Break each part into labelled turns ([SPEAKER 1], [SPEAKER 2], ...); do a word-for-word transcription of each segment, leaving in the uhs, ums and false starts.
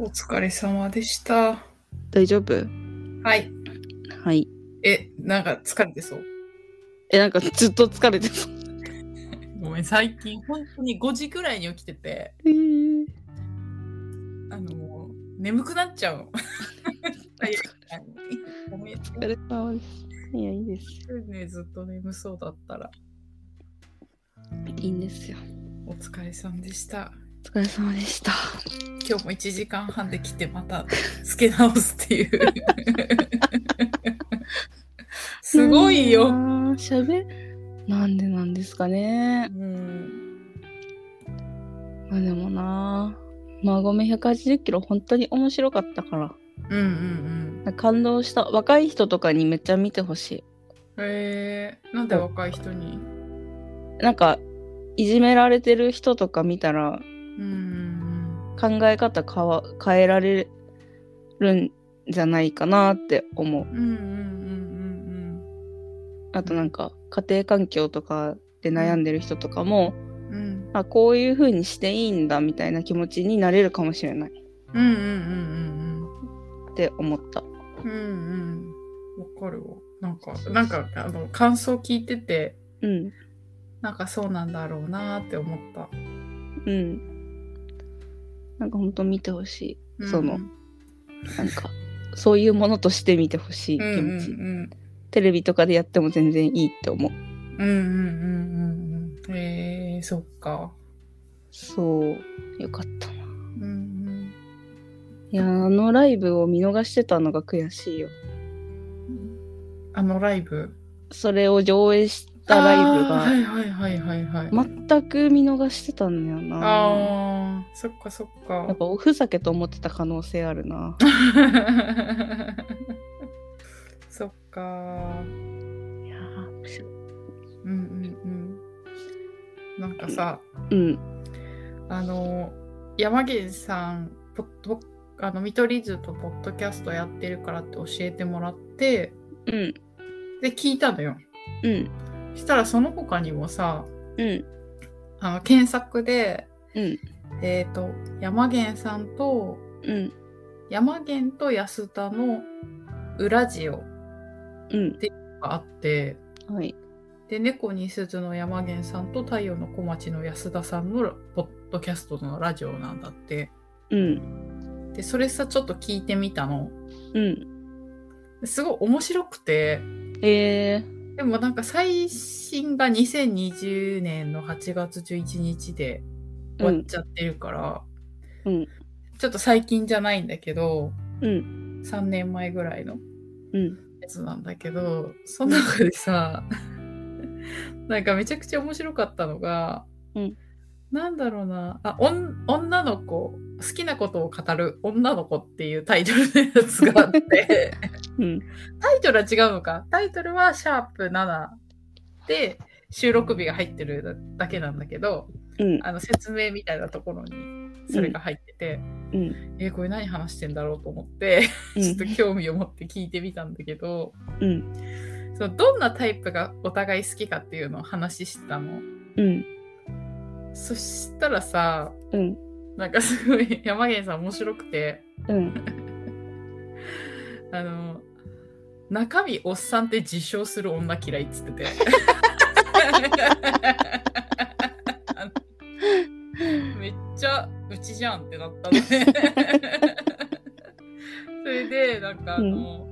[SPEAKER 1] お疲れ様でした。
[SPEAKER 2] 大丈夫？
[SPEAKER 1] はい。
[SPEAKER 2] はい。
[SPEAKER 1] え、なんか疲れてそう？
[SPEAKER 2] え、なんかずっと疲れてそう。
[SPEAKER 1] ごめん、最近本当にごじくらいに起きてて、
[SPEAKER 2] えー、
[SPEAKER 1] あの、もう眠くなっちゃうの。ごめん、
[SPEAKER 2] お疲れ様です。いや、いいです。
[SPEAKER 1] ね、ずっと眠そうだったら。
[SPEAKER 2] いいんですよ。
[SPEAKER 1] お疲れ様でした。
[SPEAKER 2] お疲れ様でした。
[SPEAKER 1] 今日もいちじかんはんで来てまたつけ直すっていう。すごいよ。
[SPEAKER 2] しゃべなんでなんですかね。
[SPEAKER 1] うん。
[SPEAKER 2] まあでもなまあごめん、ひゃくはちじゅっキロ本当に面白かったから。
[SPEAKER 1] うんうん
[SPEAKER 2] うん。感動した。若い人とかにめっちゃ見てほしい。
[SPEAKER 1] へえー、なんで若い人に？
[SPEAKER 2] なんか、いじめられてる人とか見たら、
[SPEAKER 1] うん
[SPEAKER 2] 考え方変わ変えられるんじゃないかなって思う。
[SPEAKER 1] うんうんうんうんうん
[SPEAKER 2] あとなんか家庭環境とかで悩んでる人とかも、
[SPEAKER 1] うん、
[SPEAKER 2] あ、こういう風にしていいんだみたいな気持ちになれるかもしれない。
[SPEAKER 1] うんうんうんうん
[SPEAKER 2] うんって思った。
[SPEAKER 1] うんうんわかるわ。なんかなんかあの感想聞いてて、
[SPEAKER 2] うん、
[SPEAKER 1] なんかそうなんだろうなって思った。
[SPEAKER 2] うん。なんか本当見てほしい。
[SPEAKER 1] うん、
[SPEAKER 2] そのなんかそういうものとして見てほしい気持ち、うんうんうん。テレビとかでやっても全然いいって思う。
[SPEAKER 1] うんうんうんうんうん。へえー、そっか。
[SPEAKER 2] そうよかったな。
[SPEAKER 1] うんうん。
[SPEAKER 2] いやあのライブを見逃してたのが悔しいよ。
[SPEAKER 1] あのライブ。
[SPEAKER 2] それを上映したライブが、
[SPEAKER 1] はいはいはいはいはい。
[SPEAKER 2] 全く見逃してたんだよな。
[SPEAKER 1] ああ、そっかそっか。
[SPEAKER 2] やっぱおふざけと思ってた可能性あるな。
[SPEAKER 1] そっか。
[SPEAKER 2] いやー、
[SPEAKER 1] うんうんうん。なんかさ、
[SPEAKER 2] うん、
[SPEAKER 1] あの山源さんポッドあの見取り図とポッドキャストやってるからって教えてもらって、
[SPEAKER 2] うん、
[SPEAKER 1] で聞いたのよ。
[SPEAKER 2] うん。
[SPEAKER 1] したらその他にもさ、
[SPEAKER 2] うん、
[SPEAKER 1] あの検索で、
[SPEAKER 2] うん、
[SPEAKER 1] えっと山源さんと、
[SPEAKER 2] うん、
[SPEAKER 1] 山源と安田の裏ジオっていうのがあって、
[SPEAKER 2] うん、はい。
[SPEAKER 1] で猫に鈴の山源さんと太陽の小町の安田さんのポッドキャストのラジオなんだって。
[SPEAKER 2] うん。
[SPEAKER 1] でそれさちょっと聞いてみたの。
[SPEAKER 2] うん。
[SPEAKER 1] すごい面白くて。
[SPEAKER 2] えー、
[SPEAKER 1] でもなんか最新がにせんにじゅうねんのはちがつじゅういちにちで終わっちゃってるから、
[SPEAKER 2] うん、
[SPEAKER 1] ちょっと最近じゃないんだけど、
[SPEAKER 2] うん、
[SPEAKER 1] さんねんまえぐらいの
[SPEAKER 2] うん
[SPEAKER 1] やつなんだけど、その中でさ、なんかめちゃくちゃ面白かったのが、
[SPEAKER 2] うん、
[SPEAKER 1] なんだろうなあ、おん女の子、好きなことを語る女の子っていうタイトルのやつがあって、うん、タイトルは違うのか。タイトルはシャープななで収録日が入ってるだけなんだけど、うん、あの説明みたいなところにそれが入ってて、うん、えー、これ何話してんだろうと思って、うん、ちょっと興味を持って聞いてみたんだけど、うん、そのどんなタイプがお互い好きかっていうのを話してたの。うん、そしたらさ、うん、なんかすごい山源さん面白くて、うん、あの中身おっさんって自称する女嫌いっつっててめっちゃうちじゃんってなったのねそれでなんかあの、うん、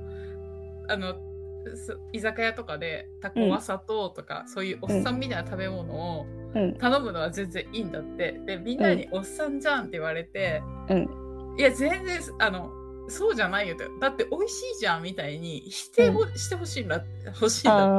[SPEAKER 1] あの居酒屋とかでタコワサととか、うん、そういうおっさんみたいな食べ物を頼むのは全然いいんだって。でみんなにおっさんじゃんって言われて、うん、いや全然あのそうじゃないよって。だって美味しいじゃんみたいに否定をしてほしいんだって、うん、欲しいんだって。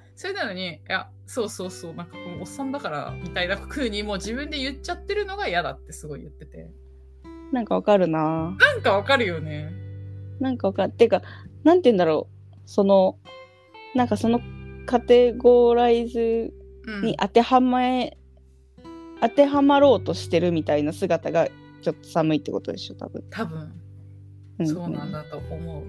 [SPEAKER 1] それなのに、いや、そうそうそう、なんかこのおっさんだからみたいな風にもう自分で言っちゃってるのが嫌だってすごい言ってて。
[SPEAKER 2] なんかわかるな。
[SPEAKER 1] なんかわかるよね。
[SPEAKER 2] なんかわかる。っていうか、なんて言うんだろう。その、なんかそのカテゴライズに当てはまえ、うん、当てはまろうとしてるみたいな姿がちょっと寒いってことでしょ、多分。
[SPEAKER 1] 多分。そうなんだと思う、うん、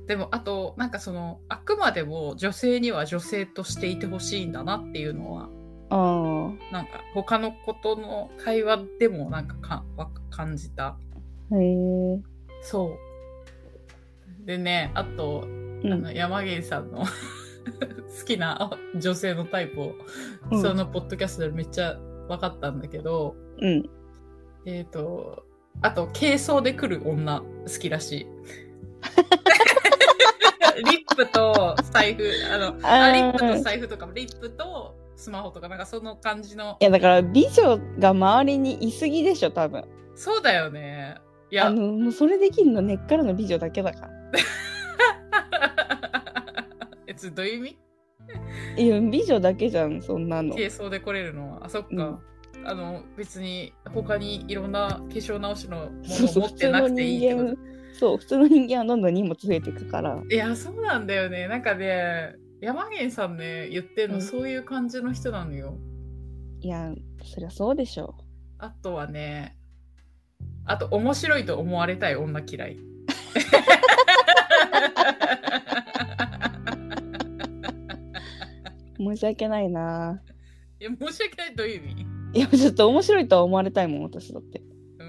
[SPEAKER 1] でもあとなんかそのあくまでも女性には女性としていてほしいんだなっていうのは
[SPEAKER 2] あ
[SPEAKER 1] なんか他のことの会話でもなんかか感じた。
[SPEAKER 2] へえ。
[SPEAKER 1] そう。でね、あと、うん、あの山源さんの好きな女性のタイプを、うん、そのポッドキャストでめっちゃ分かったんだけど、
[SPEAKER 2] うん、
[SPEAKER 1] えっと、あと、軽装で来る女好きらしい。リップと財布、あの、ああリップと財布とか、リップとスマホとか、なんかその感じの。
[SPEAKER 2] いや、だから美女が周りにいすぎでしょ、多分。
[SPEAKER 1] そうだよね。いや、
[SPEAKER 2] あの、もうそれできるの根っからの美女だけだから。
[SPEAKER 1] え、つどういう意味？
[SPEAKER 2] いや、美女だけじゃん、そんなの。
[SPEAKER 1] 軽装で来れるのは。あ、そっか。うん、あの、別に他にいろんな化粧直しのものを持ってなくていいけど。
[SPEAKER 2] そう、普通の人間はどんどん荷物増えていくから。
[SPEAKER 1] いや、そうなんだよね。なんかね、山源さんね、言ってるの、うん、そういう感じの人なのよ。
[SPEAKER 2] いや、そりゃそうでしょ。
[SPEAKER 1] あとはね、あと、面白いと思われたい女嫌い。
[SPEAKER 2] 申し訳ないな。
[SPEAKER 1] いや、申し訳ないという意味？
[SPEAKER 2] いや、ちょっと面白いとは思われたいもん、私だって。
[SPEAKER 1] うん。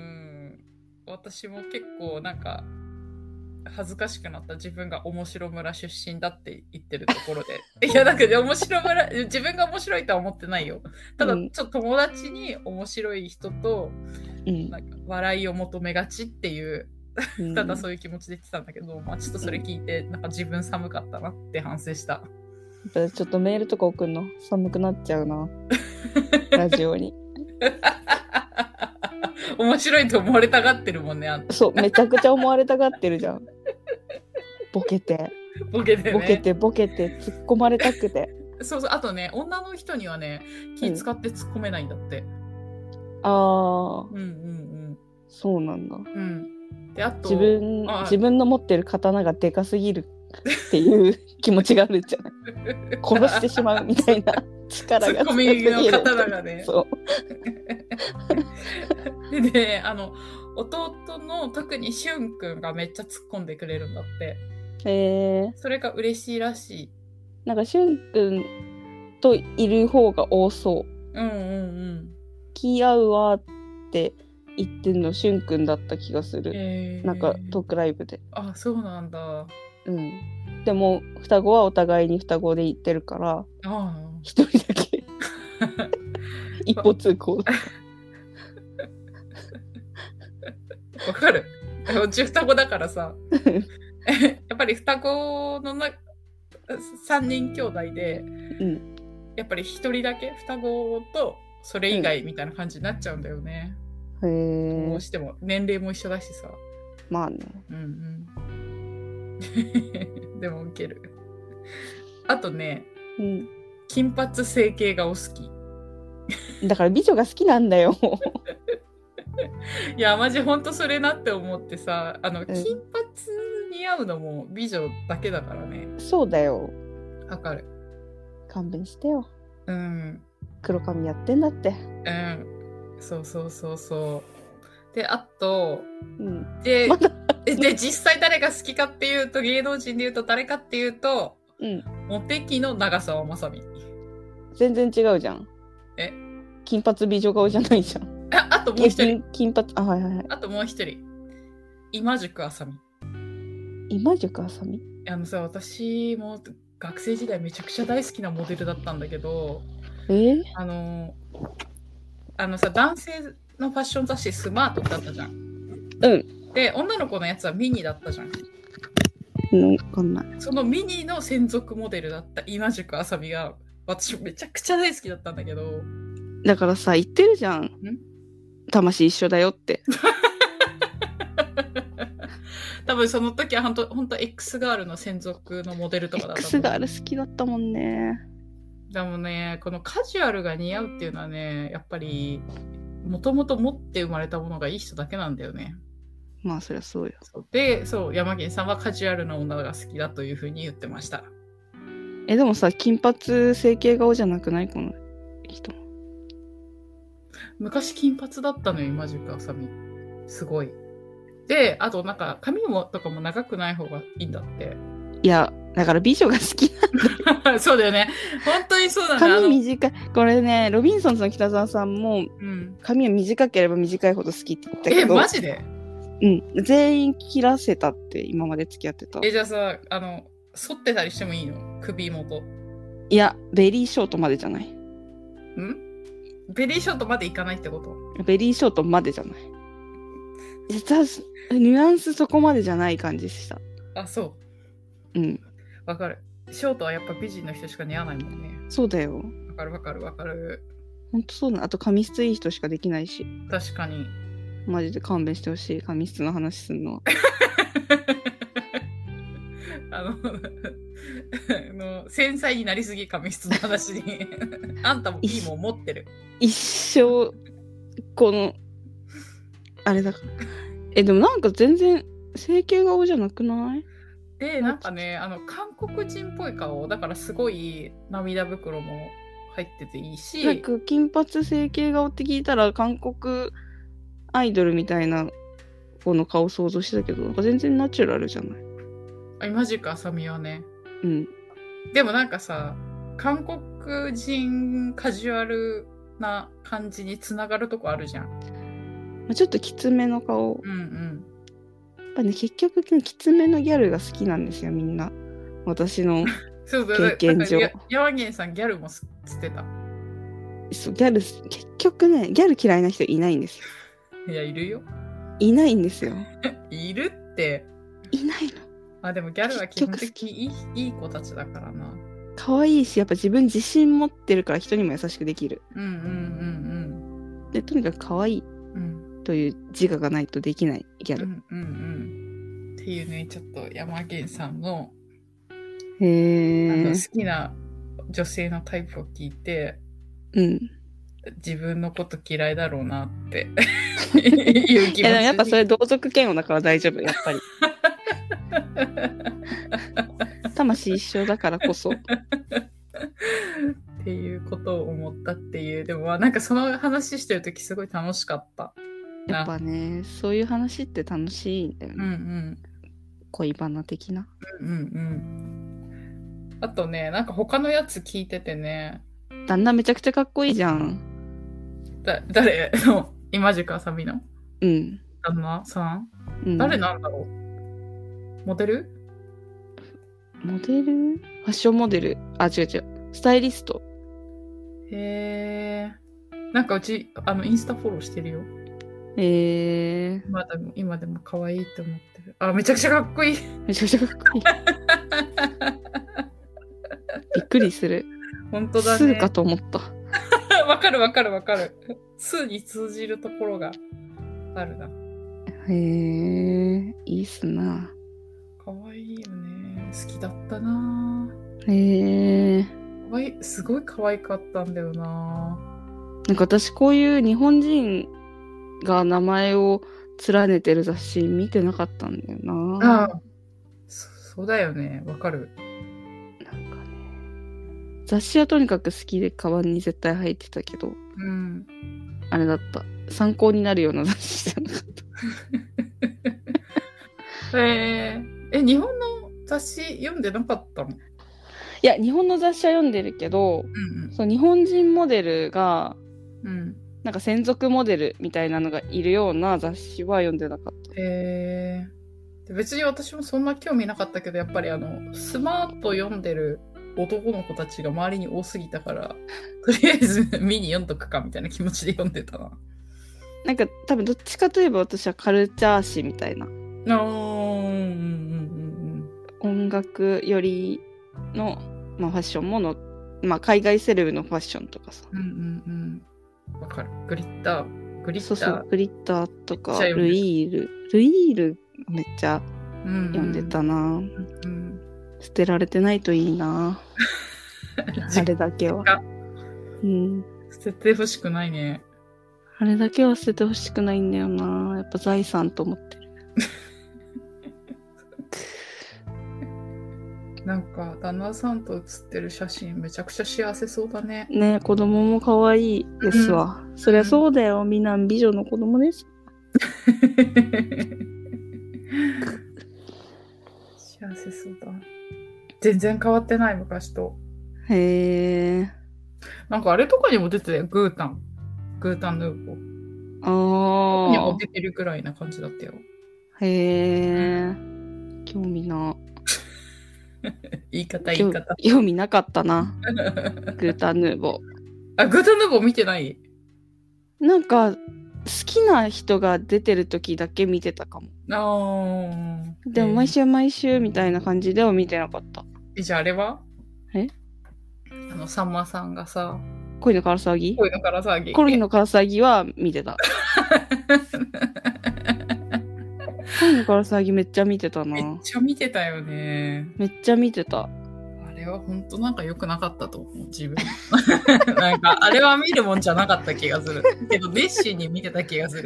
[SPEAKER 1] 私も結構なんか、恥ずかしくなった自分が面白村出身だって言ってるところで。いや、だけど面白村、自分が面白いとは思ってないよ。ただ、うん、ちょっと友達に面白い人と、うん、なんか笑いを求めがちっていう、うん、ただそういう気持ちで言ってたんだけど、まあちょっとそれ聞いて、なんか自分寒かったなって反省した。
[SPEAKER 2] ちょっとメールとか送るの寒くなっちゃうな。ラジオに。
[SPEAKER 1] 面白いと思われたがってるもんね、あんた。
[SPEAKER 2] そう、めちゃくちゃ思われたがってるじゃん。ボケて。
[SPEAKER 1] ボケてね。
[SPEAKER 2] ボケて、ボケて、突っ込まれたくて。
[SPEAKER 1] そうそう、あとね、女の人にはね、気使って突っ込めないんだって。うん、
[SPEAKER 2] ああ。
[SPEAKER 1] うんうんうん。
[SPEAKER 2] そうなんだ。
[SPEAKER 1] うん。で、あと、
[SPEAKER 2] 自分、自分の持ってる刀がでかすぎるっていう気持ちがあるじゃない。殺してしまうみたいな力が強すぎる。ツッコミの刀がね。そう。
[SPEAKER 1] でね、あの、弟の特にしゅんくんがめっちゃ突っ込んでくれるんだって。
[SPEAKER 2] へえ。
[SPEAKER 1] それが嬉しいらしい。
[SPEAKER 2] なんかしゅんくんといる方が多そう。
[SPEAKER 1] うんうんうん。
[SPEAKER 2] 気合うわって言ってんのしゅんくんだった気がする。へー。なんかトークライブで。
[SPEAKER 1] あ、そうなんだ。
[SPEAKER 2] うん。でも双子はお互いに双子で言ってるから、一人だけ一歩通行。
[SPEAKER 1] わかる。うち双子だからさ。やっぱり双子のなさんにん兄弟で、うん、やっぱりひとりだけ双子とそれ以外みたいな感じになっちゃうんだよね。
[SPEAKER 2] うん、へえ。
[SPEAKER 1] どうしても年齢も一緒だしさ。
[SPEAKER 2] まあね。
[SPEAKER 1] うんうん。でもウケる。あとね、うん、金髪整形がお好き。
[SPEAKER 2] だから美女が好きなんだよ。
[SPEAKER 1] いやマジほんとそれなって思ってさ、あの、うん、金髪似合うのも美女だけだからね。
[SPEAKER 2] そうだよ。
[SPEAKER 1] わかる。
[SPEAKER 2] 勘弁してよ。
[SPEAKER 1] うん。
[SPEAKER 2] 黒髪やってんだって。
[SPEAKER 1] うん。そうそうそうそう。であと、うん、で、ま、で実際誰が好きかっていうと、芸能人で言うと誰かっていうと、うん、モテ期の長澤まさみ。
[SPEAKER 2] 全然違うじゃん。
[SPEAKER 1] え？
[SPEAKER 2] 金髪美女顔じゃないじゃん。
[SPEAKER 1] あ, あともう一人。
[SPEAKER 2] 金髪、あ、はいはいはい。
[SPEAKER 1] あともう一人。今宿あさみ。
[SPEAKER 2] 今宿あさみ？
[SPEAKER 1] あのさ、私も学生時代めちゃくちゃ大好きなモデルだったんだけど、
[SPEAKER 2] えー、
[SPEAKER 1] あの、あのさ、男性のファッション雑誌スマートってあったじゃん。
[SPEAKER 2] うん。
[SPEAKER 1] で、女の子のやつはミニだったじゃん。
[SPEAKER 2] うん、わかんない。
[SPEAKER 1] そのミニの専属モデルだった今宿あさみが、私めちゃくちゃ大好きだったんだけど。
[SPEAKER 2] だからさ、言ってるじゃん。ん？魂一緒だよって。
[SPEAKER 1] 多分その時は本当本当 X ガールの専属のモデルとかだった。
[SPEAKER 2] X ガール好きだったもんね。
[SPEAKER 1] でもね、このカジュアルが似合うっていうのはね、やっぱりもともと持って生まれたものがいい人だけなんだよね。
[SPEAKER 2] まあそりゃそうよ。
[SPEAKER 1] そうで、そう山源さんはカジュアルな女が好きだというふうに言ってました。
[SPEAKER 2] え、でもさ、金髪整形顔じゃなくない？この人。
[SPEAKER 1] 昔金髪だったのよ、今宿あさみ。すごい。で、あとなんか髪もとかも長くない方がいいんだって。
[SPEAKER 2] いや、だから美女が好きなんだ。
[SPEAKER 1] そうだよね。本当にそうだね。
[SPEAKER 2] 髪短い。これね、ロビンソンズの北澤さんも、うん、髪は短ければ短いほど好きって言ったけど。
[SPEAKER 1] え、マジで？
[SPEAKER 2] うん。全員切らせたって今まで付き合ってた。
[SPEAKER 1] え、じゃあさ、あの、剃ってたりしてもいいの？首元。い
[SPEAKER 2] や、ベリーショートまでじゃない。
[SPEAKER 1] ん？ベリーショートまでいかないってこと？
[SPEAKER 2] ベリーショートまでじゃない。実はニュアンスそこまでじゃない感じした。
[SPEAKER 1] あ、そ
[SPEAKER 2] う。うん。
[SPEAKER 1] わかる。ショートはやっぱ美人の人しか似合わないもんね。
[SPEAKER 2] そうだよ。
[SPEAKER 1] わかるわかるわかる。
[SPEAKER 2] ほんとそうな。あと髪質いい人しかできないし。
[SPEAKER 1] 確かに。
[SPEAKER 2] マジで勘弁してほしい。髪質の話すんのは。
[SPEAKER 1] あのあの繊細になりすぎ髪質の話にあんたもいいもん持ってる。
[SPEAKER 2] 一生このあれだからえでもなんか全然整形顔じゃなくない？
[SPEAKER 1] でなんかねあの韓国人っぽい顔だからすごい涙袋も入ってていいし、
[SPEAKER 2] なんか金髪整形顔って聞いたら韓国アイドルみたいな子の顔想像してたけどなんか全然ナチュラルじゃない？
[SPEAKER 1] あマジか、あさみはね。
[SPEAKER 2] うん。
[SPEAKER 1] でもなんかさ、韓国人カジュアルな感じにつながるとこあるじゃん。
[SPEAKER 2] ちょっときつめの顔。
[SPEAKER 1] うんうん。
[SPEAKER 2] やっぱね、結局きつめのギャルが好きなんですよ、みんな。私の経験上。
[SPEAKER 1] ヤワゲンさんギャルもつってた。
[SPEAKER 2] そう、ギャル、結局ね、ギャル嫌いな人いないんです
[SPEAKER 1] よ。いや、いるよ。
[SPEAKER 2] いないんですよ。
[SPEAKER 1] いるって。
[SPEAKER 2] いないの。
[SPEAKER 1] あ、でもギャルは基本的にいい、いい子たちだからな。
[SPEAKER 2] 可愛いし、やっぱ自分自信持ってるから人にも優しくできる。
[SPEAKER 1] うんうんうんうん。
[SPEAKER 2] で、とにかく可愛いという自我がないとできないギャル。
[SPEAKER 1] うんうんうん。っていうね、ちょっと山源さんの、
[SPEAKER 2] へー、
[SPEAKER 1] あの好きな女性のタイプを聞いて、
[SPEAKER 2] うん。
[SPEAKER 1] 自分のこと嫌いだろうなっていう気持ち。いや
[SPEAKER 2] やっぱそれ同族嫌悪だから大丈夫、やっぱり。魂一緒だからこそ
[SPEAKER 1] っていうことを思ったっていう。でもまあなんかその話してるときすごい楽しかった
[SPEAKER 2] やっぱね、そういう話って楽しいんだよね。
[SPEAKER 1] うんうん、
[SPEAKER 2] 恋バナ的な。
[SPEAKER 1] うんうんうん。あとね、なんか他のやつ聞いててね、
[SPEAKER 2] 旦那めちゃくちゃかっこいいじゃん。
[SPEAKER 1] だ誰の今宿あさみの
[SPEAKER 2] うん
[SPEAKER 1] 旦那さん、うん、誰なんだろう。モデル
[SPEAKER 2] モデルファッションモデル。あ、違う違う。スタイリスト。
[SPEAKER 1] へえ。なんかうち、あの、インスタフォローしてるよ。
[SPEAKER 2] へえ。
[SPEAKER 1] 今でも、今でも可愛いって思ってる。あ、めちゃくちゃかっこいい。
[SPEAKER 2] めちゃくちゃかっこいい。びっくりする。
[SPEAKER 1] 本当だね。
[SPEAKER 2] スーかと思った。
[SPEAKER 1] わかるわかるわかる。スーに通じるところがあるな。
[SPEAKER 2] へえ、いいっすな。
[SPEAKER 1] 可愛いよね。好きだったな。
[SPEAKER 2] へえ。
[SPEAKER 1] かわいい、すごい可愛かったんだよな。
[SPEAKER 2] なんか私こういう日本人が名前を連ねてる雑誌見てなかったんだよな。
[SPEAKER 1] ああ、そ、そうだよね。わかる。
[SPEAKER 2] なんかね、雑誌はとにかく好きでカバンに絶対入ってたけど、
[SPEAKER 1] うん、
[SPEAKER 2] あれだった。参考になるような雑誌じゃなかった。
[SPEAKER 1] えー、え、日本の雑誌読んでなかったの？
[SPEAKER 2] いや、日本の雑誌は読んでるけど、うんうん、そう日本人モデルが、うん、なんか専属モデルみたいなのがいるような雑誌は読んでなかった。
[SPEAKER 1] へえ。別に私もそんな興味なかったけど、やっぱりあのスマート読んでる男の子たちが周りに多すぎたから、とりあえず見に読んどくかみたいな気持ちで読んでたな。
[SPEAKER 2] なんか多分どっちかといえば私はカルチャー誌みたいな。あー、うんうんうんうん。音楽よりの、まあ、ファッションもの、まあ、海外セレブのファッションとかさ。
[SPEAKER 1] うんうんうん。わかる。グリッター。グリッター。
[SPEAKER 2] そうそう、グリッターとか、ルイール。ルイールめっちゃ読んでたな。うんうん、捨てられてないといいな。あれだけは。うん。
[SPEAKER 1] 捨ててほしくないね。
[SPEAKER 2] あれだけは捨ててほしくないんだよな。やっぱ財産と思ってる。
[SPEAKER 1] なんか旦那さんと写ってる写真めちゃくちゃ幸せそうだね。
[SPEAKER 2] ね、子供も可愛いですわ。うん、そりゃそうだよ。みんな美女の子供です。
[SPEAKER 1] 幸せそうだ。全然変わってない昔と。
[SPEAKER 2] へえ。
[SPEAKER 1] なんかあれとかにも出てたよ。グータン。グータンヌーボー。
[SPEAKER 2] ああ。
[SPEAKER 1] にも出てるくらいな感じだったよ。
[SPEAKER 2] へえ、興味な。
[SPEAKER 1] 言い方言い方。
[SPEAKER 2] 興味なかったな。グータンヌーボー。
[SPEAKER 1] あ、グータンヌーボー見てない？
[SPEAKER 2] なんか好きな人が出てる時だけ見てたかも。
[SPEAKER 1] ああ。
[SPEAKER 2] でも毎週毎週みたいな感じでは見てなかった。
[SPEAKER 1] え、じゃああれは？
[SPEAKER 2] え？
[SPEAKER 1] あのさんまさんがさ、
[SPEAKER 2] 恋のから騒ぎ？
[SPEAKER 1] 恋のから騒ぎ。
[SPEAKER 2] 恋のから騒ぎは見てた。恋のから騒ぎめっちゃ見てたな。
[SPEAKER 1] めっちゃ見てたよね。
[SPEAKER 2] めっちゃ見てた。
[SPEAKER 1] あれは本当なんか良くなかったと思う、自分。なんかあれは見るもんじゃなかった気がする。けど熱心に見てた気がする。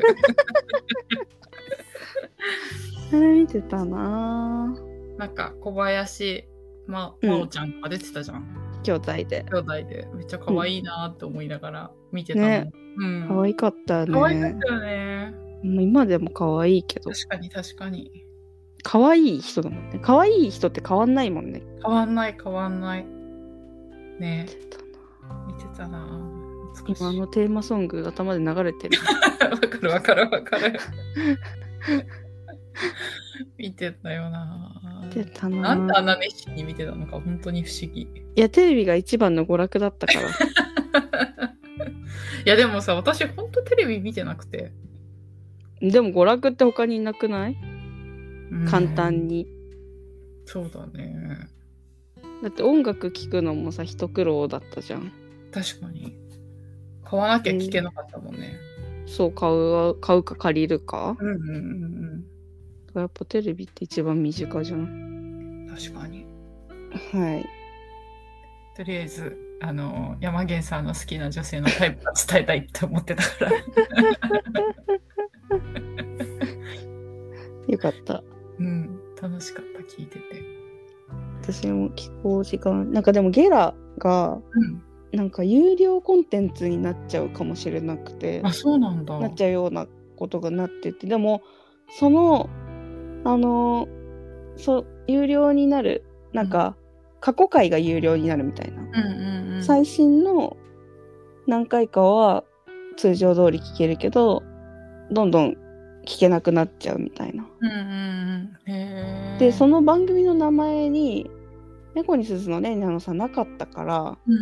[SPEAKER 2] あれ見てたな。
[SPEAKER 1] なんか小林ま真央ちゃんが出てたじゃん。
[SPEAKER 2] うん、兄弟で。
[SPEAKER 1] 兄弟でめっちゃ可愛いなって思いながら見てたの。
[SPEAKER 2] ね、
[SPEAKER 1] うん、
[SPEAKER 2] 可愛かったよね。
[SPEAKER 1] 可愛かったよね。
[SPEAKER 2] 今でも可愛いけど。
[SPEAKER 1] 確かに確かに。
[SPEAKER 2] 可愛い人だもんね。可愛い人って変わんないもんね。
[SPEAKER 1] 変わんない変わんない。ね。見てたな。
[SPEAKER 2] 今のテーマソング頭で流れてる。
[SPEAKER 1] わかるわかるわかる。見てたよな。
[SPEAKER 2] 見てたな。
[SPEAKER 1] なんであんな熱心に見てたのか本当に不思議。い
[SPEAKER 2] やテレビが一番の娯楽だったから。
[SPEAKER 1] いやでもさ、私本当テレビ見てなくて。
[SPEAKER 2] でも娯楽って他になくない？簡単に。
[SPEAKER 1] そうだね。
[SPEAKER 2] だって音楽聴くのもさ一苦労だったじゃん。
[SPEAKER 1] 確かに。買わなきゃ聴けなかったもんね。
[SPEAKER 2] うん、そう買う買うか借りるか。
[SPEAKER 1] うんうんうんうん。
[SPEAKER 2] だからやっぱテレビって一番身近じゃん。
[SPEAKER 1] 確かに。
[SPEAKER 2] はい。
[SPEAKER 1] とりあえずあの山源さんの好きな女性のタイプが伝えたいって思ってたから。
[SPEAKER 2] よかった。
[SPEAKER 1] うん、楽しかった聞いてて。
[SPEAKER 2] 私も聞こう時間なんかでもゲラが、うん、なんか有料コンテンツになっちゃうかもしれなくて、
[SPEAKER 1] あ、そうなんだ。
[SPEAKER 2] なっちゃうようなことがなってて、でもそのあのそ有料になるなんか、うん、過去回が有料になるみたいな、
[SPEAKER 1] うんうんうん、
[SPEAKER 2] 最新の何回かは通常通り聞けるけどどんどん聞けなくなっちゃうみたいな、
[SPEAKER 1] うんうんうん、へー。
[SPEAKER 2] でその番組の名前に猫に鈴のねにゃのさなかったから、
[SPEAKER 1] うん、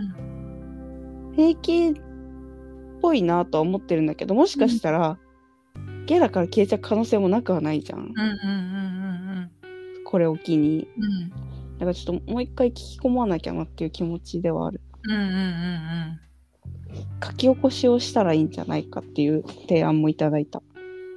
[SPEAKER 2] 平気っぽいなとは思ってるんだけど、もしかしたら、うん、ゲラから消えちゃう可能性もなくはないじゃん、
[SPEAKER 1] うんうんうんうんうん、
[SPEAKER 2] これを機に、
[SPEAKER 1] うん、
[SPEAKER 2] だからちょっともう一回聞き込まなきゃなっていう気持ちではある。
[SPEAKER 1] うんうんうんうん、
[SPEAKER 2] 書き起こしをしたらいいんじゃないかっていう提案もいただいた。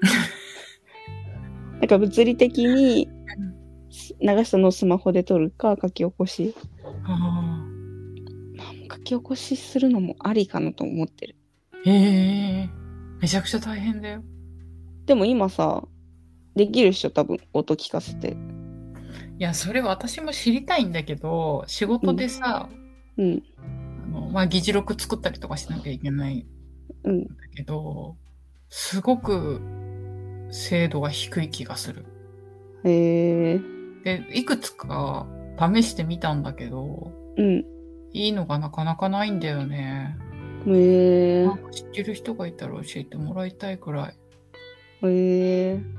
[SPEAKER 2] なんか物理的に流したのをスマホで撮るか書き起こし、
[SPEAKER 1] あ
[SPEAKER 2] 書き起こしするのもありかなと思ってる。
[SPEAKER 1] へえ、めちゃくちゃ大変だよ。
[SPEAKER 2] でも今さできるっしょ、多分音聞かせて。
[SPEAKER 1] いやそれ私も知りたいんだけど、仕事でさ、
[SPEAKER 2] うん、
[SPEAKER 1] あのまあ議事録作ったりとかしなきゃいけないんだけど、うん、すごく精度が低い気がする。
[SPEAKER 2] へえ。
[SPEAKER 1] でいくつか試してみたんだけど、
[SPEAKER 2] うん、
[SPEAKER 1] いいのがなかなかないんだよね。
[SPEAKER 2] へえ。
[SPEAKER 1] なんか知ってる人がいたら教えてもらいたいくらい。
[SPEAKER 2] へえ。
[SPEAKER 1] うん。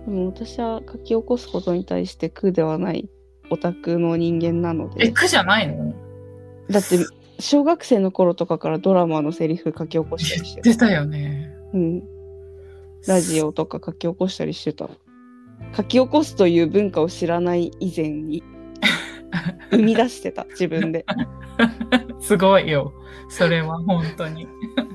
[SPEAKER 2] でも私は書き起こすことに対して苦ではないオタクの人間なので。
[SPEAKER 1] え、苦じゃないの？
[SPEAKER 2] だって小学生の頃とかからドラマのセリフ書き起こしたりして
[SPEAKER 1] た。出たよね。
[SPEAKER 2] うん。ラジオとか書き起こしたりしてた。書き起こすという文化を知らない以前に生み出してた自分で。
[SPEAKER 1] すごいよ。それは本当に。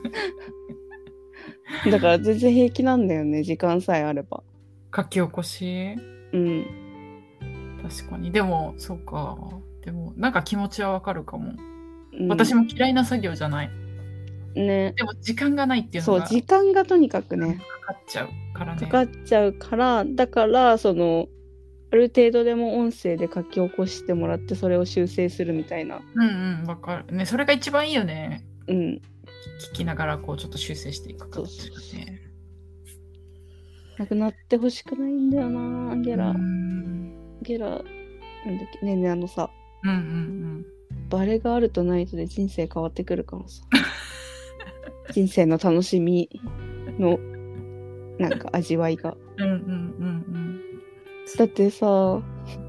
[SPEAKER 2] だから全然平気なんだよね、時間さえあれば。
[SPEAKER 1] 書き起こし？
[SPEAKER 2] うん。
[SPEAKER 1] 確かに。でもそうか。でもなんか気持ちはわかるかも、
[SPEAKER 2] うん。
[SPEAKER 1] 私も嫌いな作業じゃない。
[SPEAKER 2] ね。
[SPEAKER 1] でも時間がないっていうのが。
[SPEAKER 2] そう、時間がとにかくね。
[SPEAKER 1] かかっちゃうからね。
[SPEAKER 2] かかっちゃうから、だからそのある程度でも音声で書き起こしてもらってそれを修正するみたいな。
[SPEAKER 1] うんうん、わかるね。それが一番いいよね。
[SPEAKER 2] うん。
[SPEAKER 1] 聞きながらこうちょっと修正していくか、ね。そう
[SPEAKER 2] そうそう。なくなってほしくないんだよな、ゲラ。ゲラなんだっけねえねえあのさ。
[SPEAKER 1] うんうんうん。
[SPEAKER 2] バレがあるとないとで人生変わってくるからさ。人生の楽しみのなんか味わいが。
[SPEAKER 1] うんうんうんうん。
[SPEAKER 2] だってさ、あの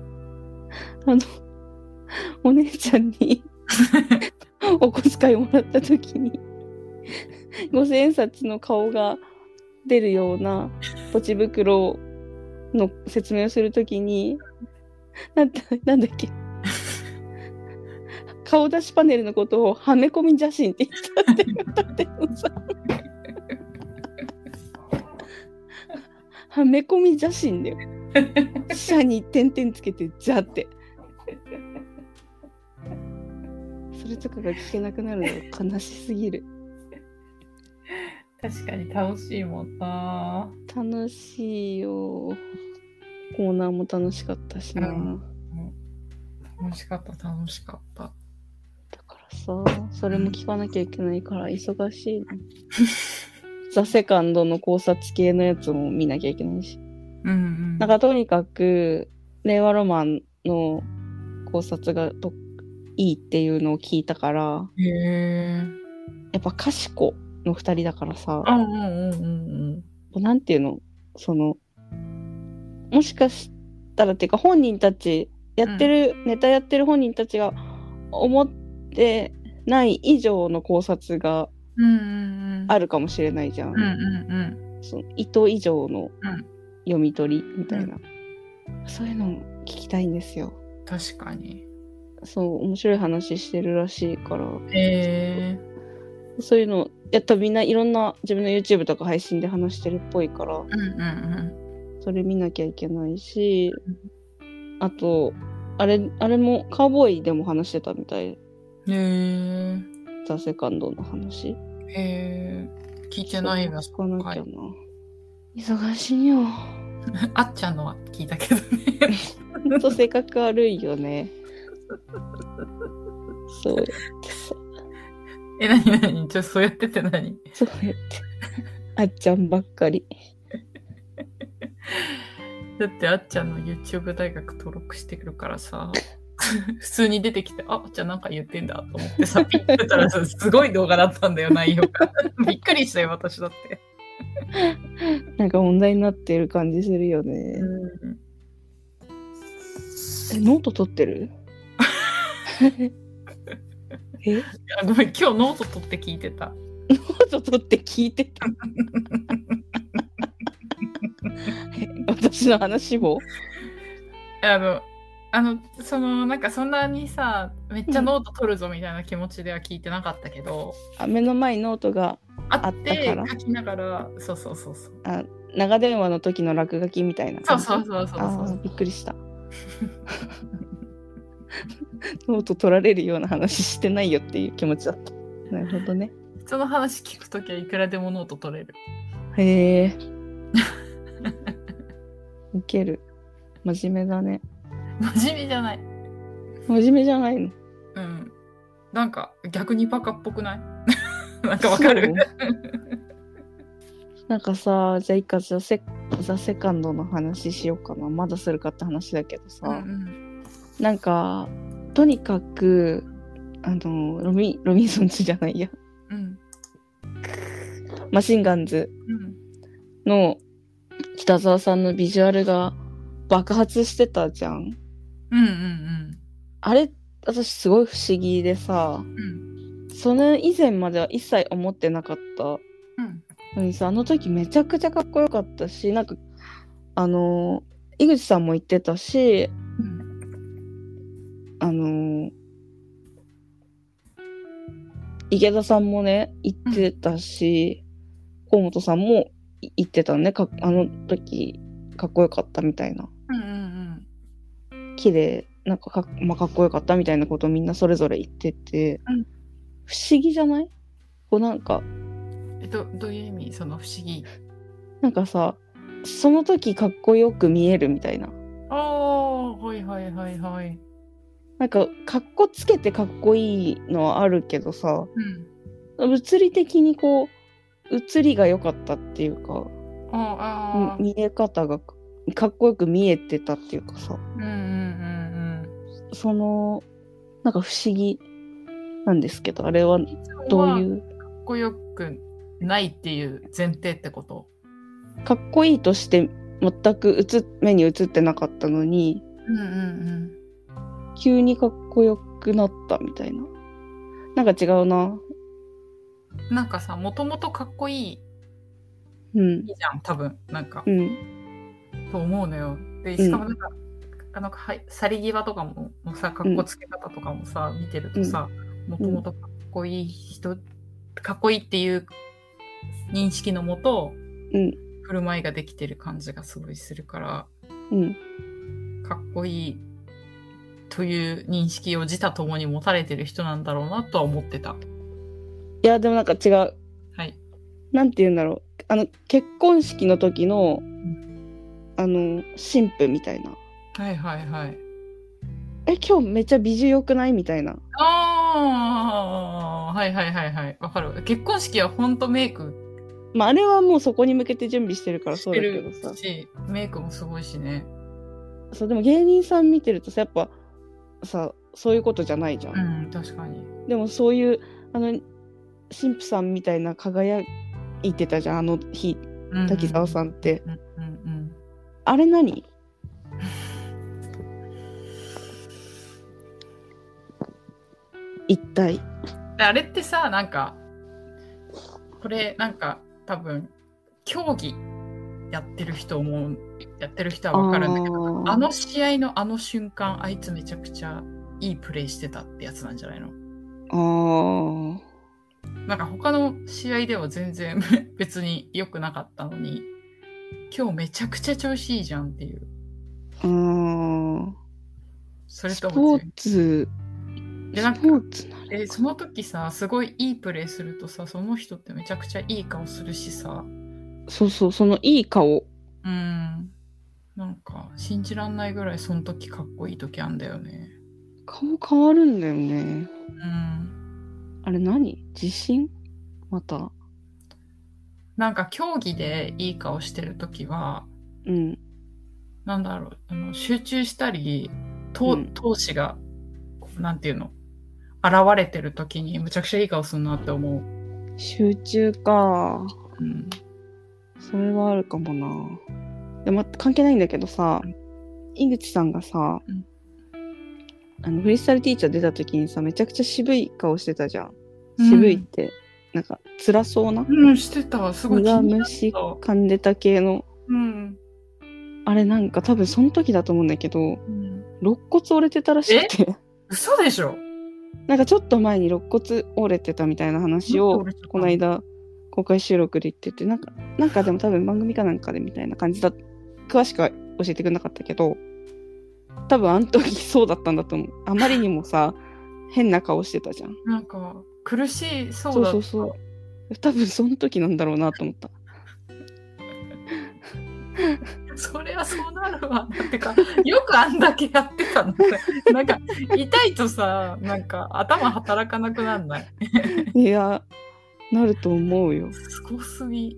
[SPEAKER 2] お姉ちゃんにお小遣いもらった時にごせんえん札の顔が出るようなポチ袋の説明をするときになんだ、なんだっけ顔出しパネルのことをはめ込み写真って言ったって言ったってのさはめ込み写真だよ。社に点々つけてじゃってそれとかが聞けなくなるのが悲しすぎる。
[SPEAKER 1] 確かに楽しいもんな。
[SPEAKER 2] 楽しいよ。コーナーも楽しかったしな、うん、
[SPEAKER 1] 楽しかった楽しかった。だ
[SPEAKER 2] からさ、それも聞かなきゃいけないから忙しいの。ザ・セカンドの考察系のやつも見なきゃいけないし、うんうん、なんかとにかく令和ロマンの考察がといいっていうのを聞いたから、へー、やっぱ賢のふたりだからさ、うんうんうんうん、なんていうの、そのもしかしたらっていうか本人たちやってる、うん、ネタやってる本人たちが思ってない以上の考察があるかもしれないじゃん、うんうんうん、その意図以上の読み取りみたいな、うん、そういうのを聞きたいんですよ。
[SPEAKER 1] 確かに
[SPEAKER 2] そう面白い話してるらしいから、へー、そういうのやったらみんないろんな自分の YouTube とか配信で話してるっぽいから、うんうんうん、それ見なきゃいけないし、あとあれあれもカウボーイでも話してたみたい。へー、ザ・セカンドの話。
[SPEAKER 1] へー、聞いてないな。
[SPEAKER 2] 聞かなきゃな、忙しいよ。
[SPEAKER 1] あっちゃんのは聞いたけどね。
[SPEAKER 2] ほんと性格悪いよね。そうやってさ。
[SPEAKER 1] え、なになに、ちょっとそうやってって何？
[SPEAKER 2] そうやってあっちゃんばっかり。
[SPEAKER 1] だってあっちゃんの YouTube 大学登録してくるからさ、普通に出てきて、あっちゃんなんか言ってんだと思ってさ、ピッてたらさ、すごい動画だったんだよ、内容が。びっくりしたよ、私だって。
[SPEAKER 2] なんか問題になってる感じするよね。うん、え、ノート取ってる？え？
[SPEAKER 1] ごめん、今日ノート取って聞いてた。
[SPEAKER 2] ノート取って聞いてた。私の話も
[SPEAKER 1] あのあのそのなんかそんなにさめっちゃノート取るぞみたいな気持ちでは聞いてなかったけど、
[SPEAKER 2] うん、あ目の前にノートがあったから
[SPEAKER 1] 書きながら、そうそうそうそう、
[SPEAKER 2] あ長電話の時の落書きみたいな
[SPEAKER 1] 感じ。そうそうそうそうそうそう、
[SPEAKER 2] あびっくりした。ノート取られるような話してないよっていう気持ちだった。なるほどね。
[SPEAKER 1] 人の話聞くときはいくらでもノート取れる。
[SPEAKER 2] へえ。ウケる。真面目だね。
[SPEAKER 1] 真面目じゃない。
[SPEAKER 2] 真面目じゃないの。
[SPEAKER 1] うん。なんか逆にバカっぽくない？なんかわかる？
[SPEAKER 2] なんかさ、じゃあいいか、ザセ、ザセカンドの話しようかな。まだするかって話だけどさ、うんうん、なんかとにかくあのロミロビンソンズじゃないや、うん、マシンガンズの北沢さんのビジュアルが爆発してたじゃん。うんうんうん。あれ私すごい不思議でさ、うん、その以前までは一切思ってなかったのにさ、あの時めちゃくちゃかっこよかったし、なんかあの井口さんも言ってたし、うん、あの池田さんもね言ってたし、河本さんも言ってたね、かあの時かっこよかったみたいな、うんうんうん、綺麗なんか か,、まあ、かっこよかったみたいなことをみんなそれぞれ言ってて、うん、不思議じゃない？こうなんか
[SPEAKER 1] えどどういう意味？その不思議。
[SPEAKER 2] なんかさ、その時かっこよく見えるみたいな。
[SPEAKER 1] ああ、はいはいはいはい。
[SPEAKER 2] なんかかっこつけてかっこいいのはあるけどさ、うん、物理的にこう写りが良かったっていうか、ああ見え方がかっこよく見えてたっていうかさ、うんうんうんうん、そのなんか不思議なんですけど、あれはどういう？
[SPEAKER 1] かっこよくないっていう前提ってこと？
[SPEAKER 2] かっこいいとして全く映目に映ってなかったのに、
[SPEAKER 1] うんうんうん、
[SPEAKER 2] 急にかっこよくなったみたいな。なんか違うな。
[SPEAKER 1] なんかさ、もともとかっこいい、
[SPEAKER 2] うん、
[SPEAKER 1] いいじゃん、多分、なんか、
[SPEAKER 2] うん、
[SPEAKER 1] と思うのよ。で、しかもなんか、うん、あの、はい、去り際とかも、もさ、かっこつけ方とかもさ、うん、見てるとさ、もともとかっこいい人、かっこいいっていう認識のもと、うん、振る舞いができてる感じがすごいするから、
[SPEAKER 2] うん、
[SPEAKER 1] かっこいいという認識を自他ともに持たれてる人なんだろうなとは思ってた。
[SPEAKER 2] いやでもなんか違う。
[SPEAKER 1] はい。
[SPEAKER 2] なんて言うんだろう。あの結婚式の時の、うん、あの新婦みたいな。
[SPEAKER 1] はいはいはい。
[SPEAKER 2] え今日めっちゃ美女良くないみたいな。
[SPEAKER 1] ああはいはいはいはいわかる。結婚式はほんとメイク。
[SPEAKER 2] まああれはもうそこに向けて準備してるからそうだけどさ。
[SPEAKER 1] しメイクもすごいしね。
[SPEAKER 2] そうでも芸人さん見てるとさやっぱさそういうことじゃないじゃん。
[SPEAKER 1] うん確かに。
[SPEAKER 2] でもそういうあの神父さんみたいな輝いてたじゃんあの日、うんうん、滝沢さんって、うんうんうん、あれ何一体
[SPEAKER 1] あれってさなんかこれなんか多分競技やってる人もやってる人は分かるんだけど あ, あの試合のあの瞬間あいつめちゃくちゃいいプレーしてたってやつなんじゃないの？
[SPEAKER 2] ああ
[SPEAKER 1] なんか他の試合では全然別に良くなかったのに今日めちゃくちゃ調子いいじゃんっていう。
[SPEAKER 2] あ
[SPEAKER 1] それと
[SPEAKER 2] スポーツ
[SPEAKER 1] でなんかスポーツなえその時さすごいいいプレーするとさその人ってめちゃくちゃいい顔するしさ。
[SPEAKER 2] そうそうそのいい顔
[SPEAKER 1] うんなんか信じらんないぐらいその時かっこいい時あんだよね。
[SPEAKER 2] 顔変わるんだよね。
[SPEAKER 1] うん
[SPEAKER 2] あれ何？自信？また
[SPEAKER 1] なんか競技でいい顔してる時は、
[SPEAKER 2] うん、
[SPEAKER 1] なんだろうあの集中したり闘志が、うん、なんていうの現れてる時にむちゃくちゃいい顔するなって思う。
[SPEAKER 2] 集中か、
[SPEAKER 1] うん、
[SPEAKER 2] それはあるかもな。でも関係ないんだけどさ、うん、井口さんがさ、うん、あのフリースタイルティーチャー出た時にさめちゃくちゃ渋い顔してたじゃん。渋いって、うん、なんか辛そうな、
[SPEAKER 1] うん、してたすごい気になった。
[SPEAKER 2] 虫噛んでた系の、うん、あれなんか多分その時だと思うんだけど、うん、肋骨折れてたらしくて。
[SPEAKER 1] 嘘でしょ？
[SPEAKER 2] なんかちょっと前に肋骨折れてたみたいな話をこの間公開収録で言ってて、なんかなんかでも多分番組かなんかでみたいな感じだ。詳しくは教えてくれなかったけど、多分あの時そうだったんだと思う。あまりにもさ変な顔してたじゃん。
[SPEAKER 1] なんか苦しそうだった。
[SPEAKER 2] そうそうそう。多分その時なんだろうなと思った。
[SPEAKER 1] それはそうなるわ。だってかよくあんだけやってたの。なんか痛いとさなんか頭働かなくなんない？
[SPEAKER 2] いやなると思うよ。
[SPEAKER 1] すごすぎ。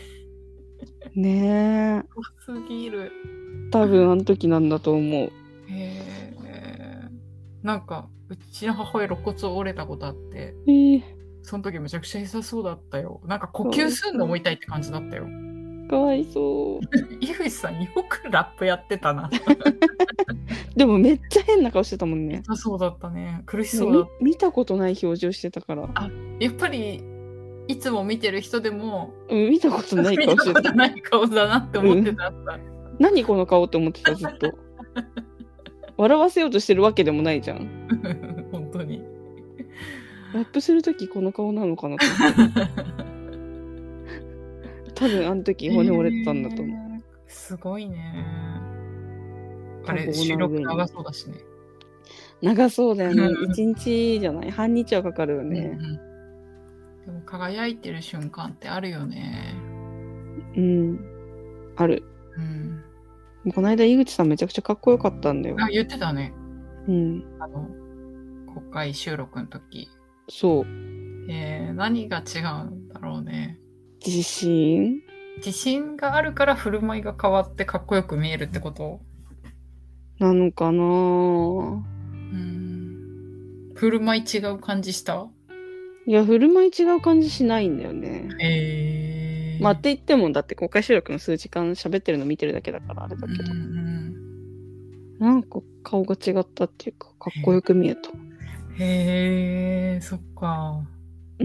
[SPEAKER 2] ねえ。
[SPEAKER 1] すごすぎる。
[SPEAKER 2] 多分あの時なんだと思う。
[SPEAKER 1] へえ。なんかうちの母親肋骨折れたことあって、
[SPEAKER 2] えー、
[SPEAKER 1] その時めちゃくちゃ痛そうだったよ。なんか呼吸するのも痛いって感じだったよ。
[SPEAKER 2] かわいそう。
[SPEAKER 1] 井口さんよくラップやってたな。
[SPEAKER 2] でもめっちゃ変な顔してたもんね。
[SPEAKER 1] そうだったね。苦しそうだった。
[SPEAKER 2] 見たことない表情してたから。
[SPEAKER 1] あ、やっぱりいつも見てる人でも、
[SPEAKER 2] うん、見たことない顔してた。
[SPEAKER 1] 見たことない顔だなって思ってた、うん、
[SPEAKER 2] 何この顔って思ってたずっと。笑わせようとしてるわけでもないじゃん。
[SPEAKER 1] 本当に。
[SPEAKER 2] ラップするときこの顔なのかなと思って。多分あの時骨折れてたんだと思う。
[SPEAKER 1] えー、すごいね。あれ収録長そうだしね。
[SPEAKER 2] 長そうだよね。一日じゃない半日はかかるよね。うんうん、
[SPEAKER 1] でも輝いてる瞬間ってあるよね。
[SPEAKER 2] うん。ある。うん。この間井口さんめちゃくちゃかっこよかったんだよ。
[SPEAKER 1] あ、言ってたね。
[SPEAKER 2] うん。
[SPEAKER 1] あの公開収録の時。
[SPEAKER 2] そう。
[SPEAKER 1] えー、何が違うんだろうね。
[SPEAKER 2] 自信？
[SPEAKER 1] 自信があるから振る舞いが変わってかっこよく見えるってこと
[SPEAKER 2] なのかな。
[SPEAKER 1] うん。振る舞い違う感じした？
[SPEAKER 2] いや振る舞い違う感じしないんだよね。
[SPEAKER 1] へえ
[SPEAKER 2] まあって言ってもだって公開収録の数時間喋ってるの見てるだけだからあれだけど、うんうん、なんか顔が違ったっていうかかっこよく見えた。
[SPEAKER 1] へえ、そっか。
[SPEAKER 2] うん。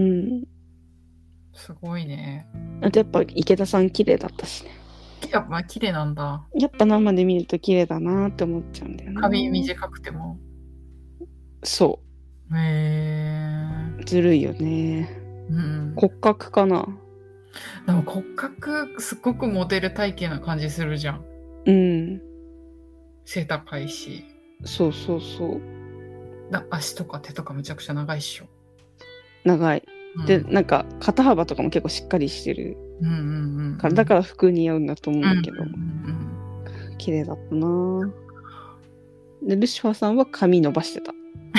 [SPEAKER 1] すごいね。
[SPEAKER 2] あとやっぱ池田さん綺麗だったしね。
[SPEAKER 1] やっぱ綺麗なんだ。
[SPEAKER 2] やっぱ生で見ると綺麗だなって思っちゃうんだよね。
[SPEAKER 1] 髪短くても。
[SPEAKER 2] そう。
[SPEAKER 1] へえ。
[SPEAKER 2] ずるいよね。うん。骨格かな。
[SPEAKER 1] でも骨格すっごくモデル体型な感じするじゃん。
[SPEAKER 2] うん。
[SPEAKER 1] 背高いし。
[SPEAKER 2] そうそうそう。
[SPEAKER 1] だ足とか手とかめちゃくちゃ長いっしょ。
[SPEAKER 2] 長い。うん、でなんか肩幅とかも結構しっかりしてる。
[SPEAKER 1] うんうんうん、うん。
[SPEAKER 2] だから服似合うんだと思うんだけど。うんうんうん、綺麗だったな。でルシファーさんは髪伸ばしてた。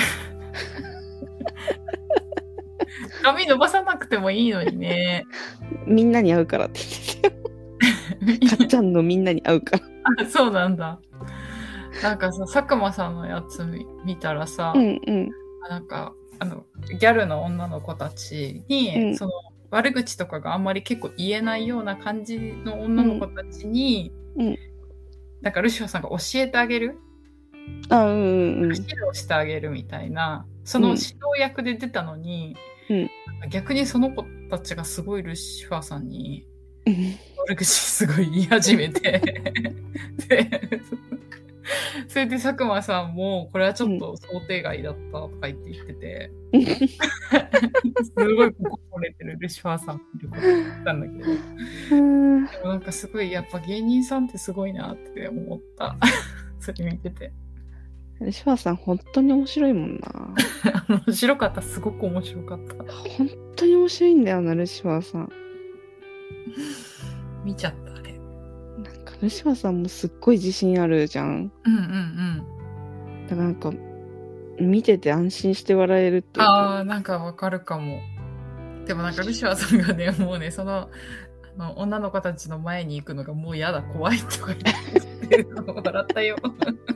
[SPEAKER 1] 髪伸ばさなくてもいいのにね。
[SPEAKER 2] みんなに合うからって言ってたよ。かっちゃんのみんなに合うから。
[SPEAKER 1] あ、そうなんだ。なんかさ、佐久間さんのやつ 見, 見たらさ、
[SPEAKER 2] うんうん、
[SPEAKER 1] なんかあのギャルの女の子たちに、うん、その悪口とかがあんまり結構言えないような感じの女の子たちに、うんうん、なんかルシファーさんが教えてあげる、
[SPEAKER 2] あ、うんうんうん、
[SPEAKER 1] 指導してあげるみたいな、その指導役で出たのに、うん、逆にその子たちがすごいルシファーさんに悪口すごい言い始めてでそれで佐久間さんもこれはちょっと想定外だったとか言って言ってて、うん、すごい心折れてるルシファーさん見ること言ったんだけど、うん、でもなんかすごいやっぱ芸人さんってすごいなって思ったそれ見てて。
[SPEAKER 2] ルシファーさん本当に面白いもんな。
[SPEAKER 1] 面白かった、すごく面白かった。
[SPEAKER 2] 本当に面白いんだよなルシファーさん。
[SPEAKER 1] 見ちゃったね。
[SPEAKER 2] なんかルシファーさんもすっごい自信あるじゃん。
[SPEAKER 1] うんうんうん。
[SPEAKER 2] だからなんか見てて安心して笑えるっていうか。
[SPEAKER 1] ああ、なんかわかるかも。でもなんかルシファーさんがね、もうね、その、あの女の子たちの前に行くのがもう嫌だ、怖いとか言ってるのを笑ったよ。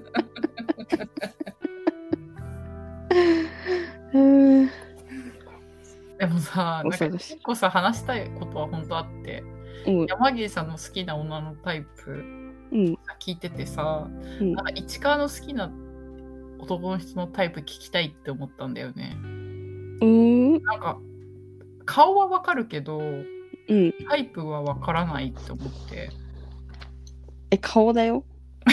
[SPEAKER 1] でもさ、なんか結構さ、話したいことは本当あって、うん、山岸さんの好きな女のタイプ、うん、聞いててさ、うん、なんか市川の好きな男の人のタイプ聞きたいって思ったんだよね。うん、なんか顔はわかるけど、うん、タイプはわからないって思って。
[SPEAKER 2] え、顔だよ。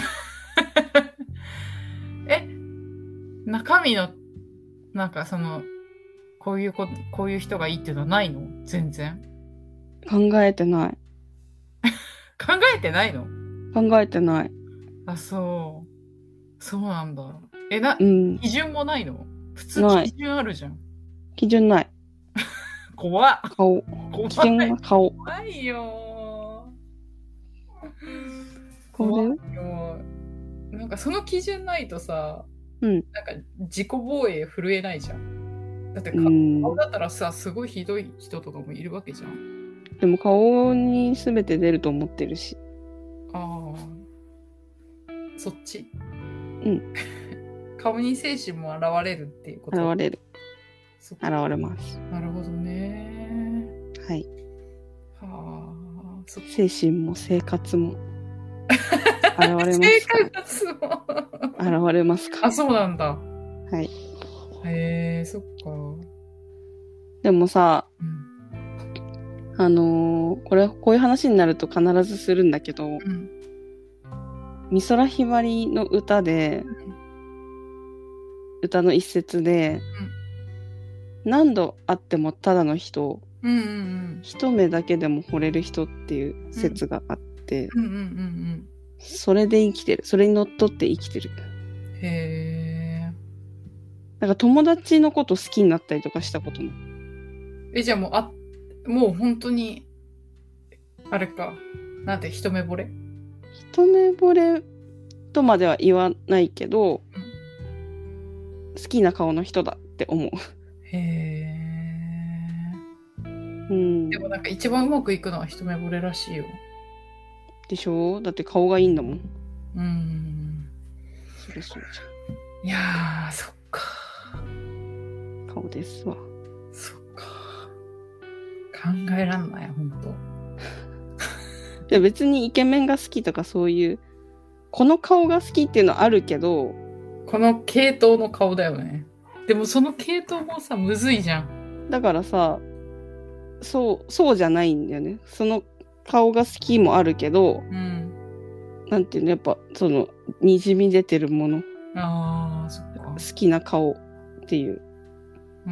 [SPEAKER 1] え、中身のなんかそのこういうここういう人がいいっていうのはないの？全然
[SPEAKER 2] 考えてない。
[SPEAKER 1] 考えてないの？
[SPEAKER 2] 考えてない。
[SPEAKER 1] あ、そう。そうなんだ。え、な、うん、基準もないの？普通基準あるじゃん。
[SPEAKER 2] 基準ない。
[SPEAKER 1] 怖っ。
[SPEAKER 2] 顔。
[SPEAKER 1] 怖い。
[SPEAKER 2] 基準は顔。
[SPEAKER 1] 怖いよ。
[SPEAKER 2] 怖いよ。
[SPEAKER 1] なんかその基準ないとさ、うん、なんか自己防衛震えないじゃん。だって顔だったらさ、すごいひどい人とかもいるわけじゃん。
[SPEAKER 2] でも顔に全て出ると思ってるし。
[SPEAKER 1] ああ、そっち？
[SPEAKER 2] うん。
[SPEAKER 1] 顔に精神も現れるっていうこと？
[SPEAKER 2] 現れる。現れます。
[SPEAKER 1] なるほどね。
[SPEAKER 2] はい。
[SPEAKER 1] はあ、そ
[SPEAKER 2] 精神も生活も現れますか？
[SPEAKER 1] 生活も
[SPEAKER 2] 現れますか？
[SPEAKER 1] あ、そうなんだ。
[SPEAKER 2] はい。
[SPEAKER 1] へえ、そっか。
[SPEAKER 2] でもさ、うん、あのー、これこういう話になると必ずするんだけど、うん、美空ひばりの歌で、うん、歌の一節で、うん、何度会ってもただの人、うんうんうん、一目だけでも惚れる人っていう説があって、うんうんうんうん、それで生きてる、それにのっとって生きてる。
[SPEAKER 1] へー。
[SPEAKER 2] なんか友達のこと好きになったりとかしたことない？
[SPEAKER 1] え、じゃあもう、あ、もう本当に、あれか、なんて一目惚れ？
[SPEAKER 2] 一目惚れとまでは言わないけど、うん、好きな顔の人だって思う。
[SPEAKER 1] へー。うん。でもなんか一番うまくいくのは一目惚れらしいよ。
[SPEAKER 2] でしょ？だって顔がいいんだもん。
[SPEAKER 1] うん。
[SPEAKER 2] そりゃそう
[SPEAKER 1] じゃん。いやー、そっか。
[SPEAKER 2] 顔ですわ。
[SPEAKER 1] そっか。考えらんない、ほんと。
[SPEAKER 2] いや別にイケメンが好きとかそういうこの顔が好きっていうのはあるけど、
[SPEAKER 1] この系統の顔だよね。でもその系統もさむずいじゃん。
[SPEAKER 2] だからさ、そうそうじゃないんだよね。その顔が好きもあるけど、
[SPEAKER 1] うん、
[SPEAKER 2] なんていうの、やっぱそのにじみ出てるもの、
[SPEAKER 1] あーそっか、
[SPEAKER 2] 好きな顔っていう。
[SPEAKER 1] うん。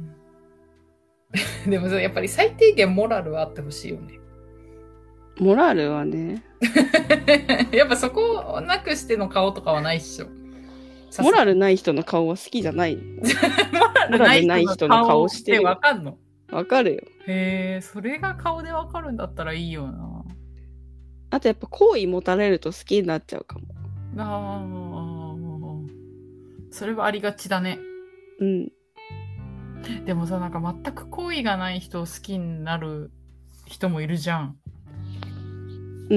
[SPEAKER 1] でもやっぱり最低限モラルはあってほしいよね。
[SPEAKER 2] モラルはね。
[SPEAKER 1] やっぱそこをなくしての顔とかはないっしょ。
[SPEAKER 2] モラルない人の顔は好きじゃない。モラルない人の顔してる。
[SPEAKER 1] わかんの？
[SPEAKER 2] わかるよ。
[SPEAKER 1] へえ、それが顔でわかるんだったらいいよな。
[SPEAKER 2] あとやっぱ好意持たれると好きになっちゃうかも。
[SPEAKER 1] ああ、それはありがちだね。
[SPEAKER 2] うん。
[SPEAKER 1] でもさ、なんか全く好意がない人を好きになる人もいるじゃん。
[SPEAKER 2] うん。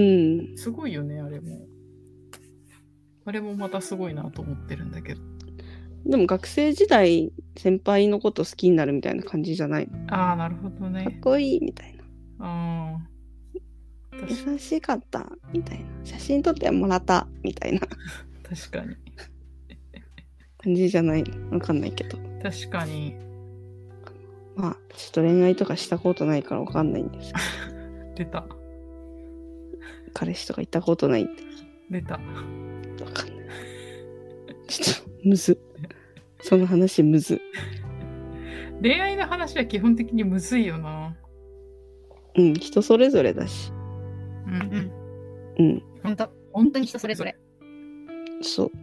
[SPEAKER 1] すごいよね、あれも。あれもまたすごいなと思ってるんだけど。
[SPEAKER 2] でも学生時代先輩のこと好きになるみたいな感じじゃないの？
[SPEAKER 1] ああ、なるほどね。
[SPEAKER 2] かっこいいみたいな。
[SPEAKER 1] ああ。
[SPEAKER 2] 優しかったみたいな。写真撮ってもらったみたいな。
[SPEAKER 1] 確かに。
[SPEAKER 2] 感じじゃないの？わかんないけど。
[SPEAKER 1] 確かに。
[SPEAKER 2] まあ、ちょっと恋愛とかしたことないからわかんないんです
[SPEAKER 1] けど。出た。
[SPEAKER 2] 彼氏とか行ったことないって。
[SPEAKER 1] 出た。
[SPEAKER 2] わかんない。ちょっとむず。その話むず。
[SPEAKER 1] 恋愛の話は基本的にむずいよな。
[SPEAKER 2] うん、人それぞれだし。
[SPEAKER 1] うんうん。
[SPEAKER 2] うん。
[SPEAKER 1] ほんと、本当に人それぞれ。
[SPEAKER 2] そう。
[SPEAKER 1] うん。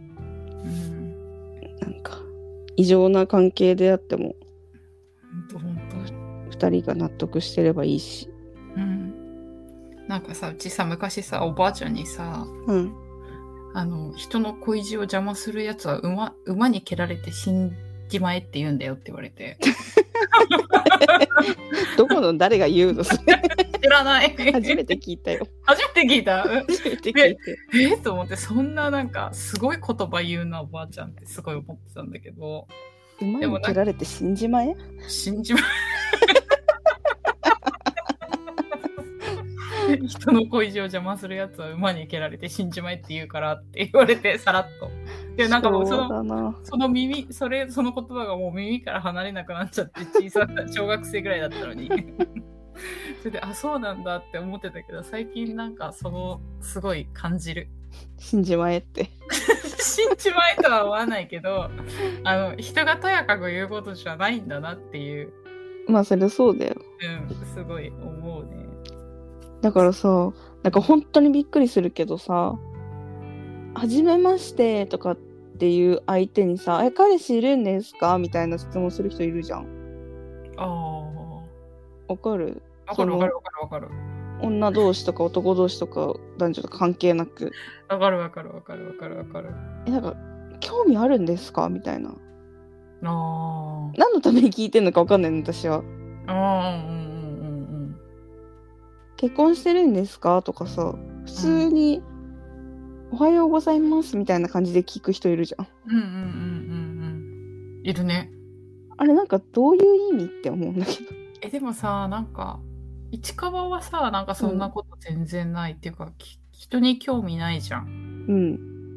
[SPEAKER 2] なんか、異常な関係であっても、
[SPEAKER 1] ほんとほんと。
[SPEAKER 2] 二人が納得してればいいし。
[SPEAKER 1] うん。なんかさ、うちさ、昔さ、おばあちゃんにさ、
[SPEAKER 2] うん。
[SPEAKER 1] あの、人の恋路を邪魔するやつは馬、馬に蹴られて死んじまえって言うんだよって言われて。
[SPEAKER 2] どこの誰が言うの？知
[SPEAKER 1] らない。
[SPEAKER 2] 初めて聞いたよ。
[SPEAKER 1] 初めて聞いた。
[SPEAKER 2] 初めて聞いて。
[SPEAKER 1] えと思って、そんななんか、すごい言葉言うな、おばあちゃんってすごい思ってたんだけど。
[SPEAKER 2] 馬に蹴られて死んじまえ？
[SPEAKER 1] 死んじまえ。人の恋路を邪魔するやつは馬に蹴られて死んじまえって言うからって言われて、さらっと。で、なんかもうその、その耳、それ、その言葉がもう耳から離れなくなっちゃって、小さな小学生ぐらいだったのに。それで、あ、そうなんだって思ってたけど、最近なんかその、すごい感じる。
[SPEAKER 2] 死んじまえって。
[SPEAKER 1] 死んじまえとは思わないけど、あの、人がとやかく言うことじゃないんだなっていう。
[SPEAKER 2] まあ、それそうだよ。
[SPEAKER 1] うん、すごい思うね。
[SPEAKER 2] だからさ、なんか本当にびっくりするけどさ、はじめましてとかっていう相手にさ、え、彼氏いるんですかみたいな質問する人いるじゃん。
[SPEAKER 1] ああ。
[SPEAKER 2] わかる？
[SPEAKER 1] わかるわかるわかるわかる。
[SPEAKER 2] 女同士とか男同士とか男女とか関係なく。
[SPEAKER 1] わかるわかるわかるわかるわかる。
[SPEAKER 2] え、なんか、興味あるんですかみたいな。
[SPEAKER 1] ああ。
[SPEAKER 2] 何のために聞いてんのかわかんないの、私は。
[SPEAKER 1] ああ、うんうんうんうん。
[SPEAKER 2] 結婚してるんですかとかさ、普通に、うん、おはようございますみたいな感じで聞く人いるじゃん。
[SPEAKER 1] うんうんうんうんうん。いるね。
[SPEAKER 2] あれなんかどういう意味って思うんだけど。
[SPEAKER 1] え、でもさ、なんか、市川はさ、なんかそんなこと全然ない、うん、っていうか、人に興味ないじゃん。
[SPEAKER 2] うん。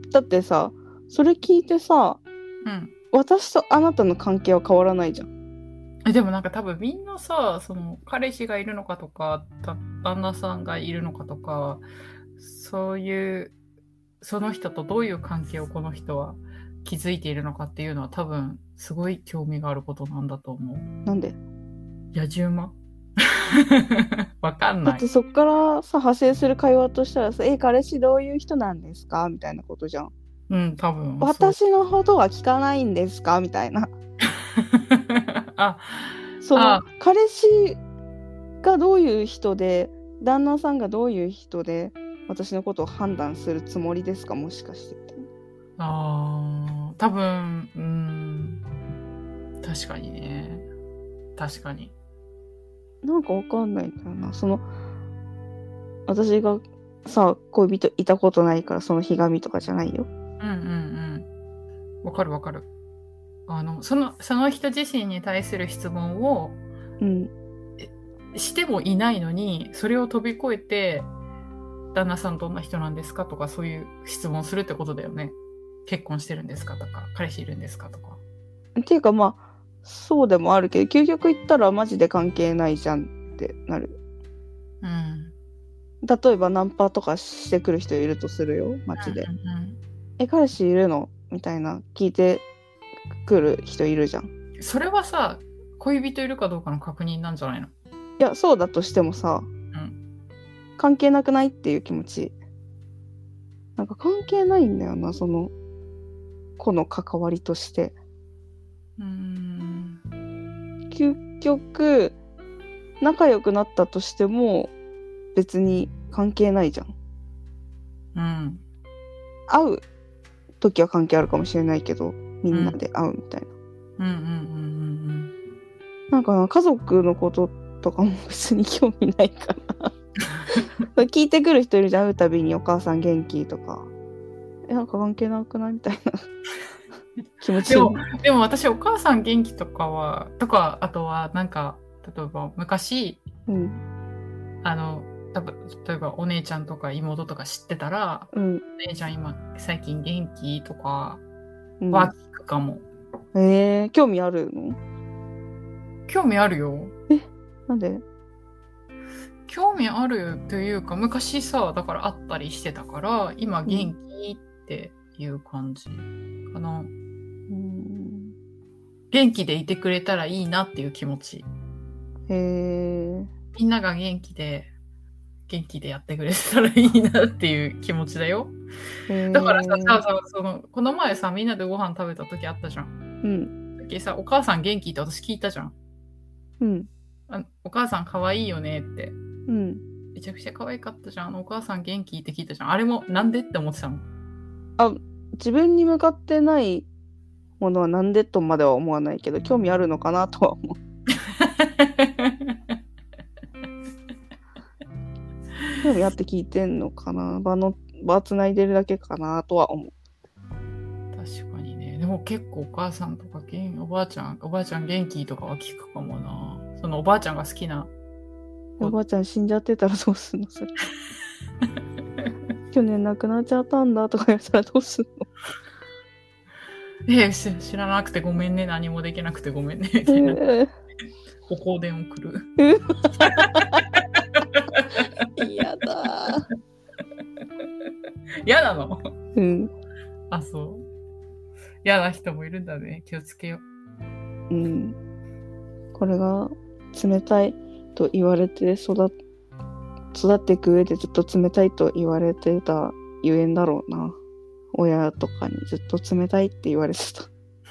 [SPEAKER 2] だってさ、それ聞いてさ、
[SPEAKER 1] うん。
[SPEAKER 2] 私とあなたの関係は変わらないじゃん。
[SPEAKER 1] え、でもなんか多分みんなさ、その彼氏がいるのかとか、旦那さんがいるのかとか、そういう、その人とどういう関係をこの人は築いているのかっていうのは多分すごい興味があることなんだと思う。
[SPEAKER 2] なんで？
[SPEAKER 1] 野じ馬わかんない。
[SPEAKER 2] だってそっからさ、派生する会話としたらさ、え、彼氏どういう人なんですかみたいなことじゃん。
[SPEAKER 1] うん、多分。
[SPEAKER 2] 私のことは聞かないんですかみたいな。
[SPEAKER 1] あ、
[SPEAKER 2] そのあ彼氏がどういう人で、旦那さんがどういう人で、私のことを判断するつもりですかもしかして。
[SPEAKER 1] ああ、多分、うん、確かにね。確かに。
[SPEAKER 2] なんかわかんないんだよな。その、私がさ、恋人いたことないからそのひがみとかじゃないよ。
[SPEAKER 1] うんうんうん。わかるわかる。あの、その、その人自身に対する質問を、
[SPEAKER 2] うん、
[SPEAKER 1] してもいないのに、それを飛び越えて、 旦那さんどんな人なんですかとか、そういう質問するってことだよね。結婚してるんですかとか、彼氏いるんですかとか。
[SPEAKER 2] っていうかまあそうでもあるけど、究極言ったらマジで関係ないじゃんってなる。
[SPEAKER 1] うん。
[SPEAKER 2] 例えばナンパとかしてくる人いるとするよ、街で。
[SPEAKER 1] うんうん、
[SPEAKER 2] え、彼氏いるのみたいな聞いてくる人いるじゃん。
[SPEAKER 1] それはさ、恋人いるかどうかの確認なんじゃないの？い
[SPEAKER 2] や、そうだとしてもさ、うん、関係なくないっていう気持ち。なんか関係ないんだよな、その子の関わりとして。うーん。究極仲良くなったとしても別に関係ないじゃん。うん。会う時は関係あるかもしれないけど、みんなで会うみたいな。うんうんうんうんうん。なんか家族のこととかも別に興味ないから聞いてくる人いるじゃん、会うたびにお母さん元気とか。え、なんか関係なくないみたいな気持ち。
[SPEAKER 1] でも、でも私お母さん元気とかは、とか、あとはなんか、例えば昔、うん、あの、例えばお姉ちゃんとか妹とか知ってたら、うん、お姉ちゃん今最近元気とかは聞くかも。
[SPEAKER 2] うん、えー、興味あるの？
[SPEAKER 1] 興味あるよ。
[SPEAKER 2] え、なんで？
[SPEAKER 1] 興味あるというか、昔さ、だから会ったりしてたから、今元気っていう感じかな。うん、元気でいてくれたらいいなっていう気持ち。へー。みんなが元気で、元気でやってくれたらいいなっていう気持ちだよ。だからさ、さ、さ、その、この前さ、みんなでご飯食べた時あったじゃん。うん。さっきさ、お母さん元気って私聞いたじゃん。うん。あ、お母さん可愛いよねって。うん。めちゃくちゃ可愛かったじゃん。あのお母さん元気って聞いたじゃん。あれもなんでって思ってたの？
[SPEAKER 2] あ、自分に向かってないものはなんでとまでは思わないけど、興味あるのかなとは思う。興味あって聞いてんのかな、場の場つないでるだけかなとは思う。
[SPEAKER 1] 確かにね。でも結構お母さんとかおばあちゃんおばあちゃん元気とかは聞くかもな。そのおばあちゃんが好きな。
[SPEAKER 2] おばあちゃん死んじゃってたらどうすんのそれ。去年亡くなっちゃったんだとか言ったらどうすんの？
[SPEAKER 1] えー、知らなくてごめんね、何もできなくてごめんねみたいな。えー、お香典を送る。
[SPEAKER 2] 嫌だ。
[SPEAKER 1] 嫌なの？
[SPEAKER 2] うん。
[SPEAKER 1] あ、そう。嫌な人もいるんだね。気をつけよ
[SPEAKER 2] う。うん。これが冷たいと言われて育っ、育っていく上でずっと冷たいと言われてたゆえんだろうな。親とかにずっと冷たいって言われてた。い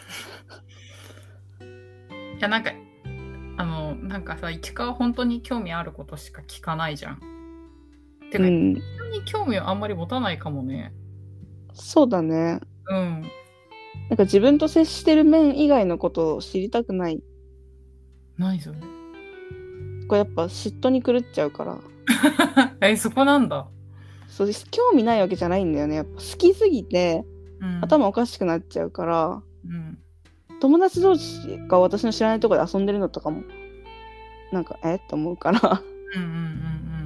[SPEAKER 1] や、なんか、あの、なんかさ、市川本当に興味あることしか聞かないじゃん。てか、うん、人に興味をあんまり持たないかもね。
[SPEAKER 2] そうだね。
[SPEAKER 1] うん。
[SPEAKER 2] なんか自分と接してる面以外のことを知りたくない。
[SPEAKER 1] 何それ？
[SPEAKER 2] これやっぱ嫉妬に狂っちゃうから。
[SPEAKER 1] え、そこなんだ。
[SPEAKER 2] そうです。興味ないわけじゃないんだよね。やっぱ好きすぎて、うん、頭おかしくなっちゃうから、うん、友達同士が私の知らないところで遊んでるのとかもなんかえって思うから、うんうんうんうん、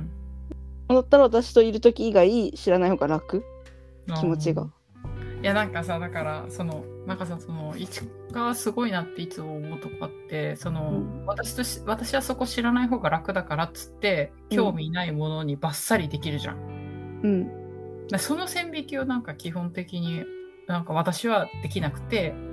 [SPEAKER 2] だったら私といる時以外知らない方が楽、気持ちが。
[SPEAKER 1] いやなんかさ、だからそのなんかさ、その市川すごいなっていつも思うとこあって、その、うん、私とし私はそこ知らない方が楽だからっつって興味ないものにバッサリできるじゃん。うん。だその線引きをなんか基本的になんか私はできなくて、うん、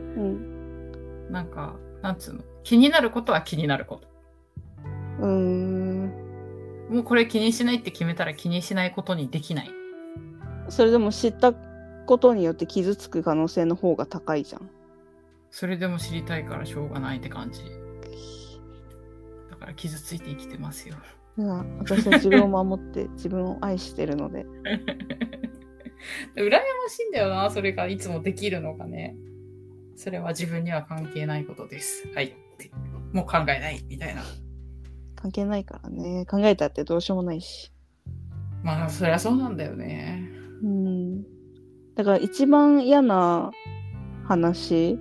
[SPEAKER 1] なんかなんつうの、気になることは気になること。うーん。もうこれ気にしないって決めたら気にしないことにできない。
[SPEAKER 2] それでも知ったことによって傷つく可能性の方が高いじゃん。
[SPEAKER 1] それでも知りたいからしょうがないって感じ。だから傷ついて生きてますよ。
[SPEAKER 2] いや、私は自分を守って自分を愛してるので。
[SPEAKER 1] 羨ましいんだよな、それがいつもできるのがね。それは自分には関係ないことです。はい。もう考えないみたいな。
[SPEAKER 2] 関係ないからね。考えたってどうしようもないし。
[SPEAKER 1] まあそりゃそうなんだよね。
[SPEAKER 2] うん。だから一番嫌な話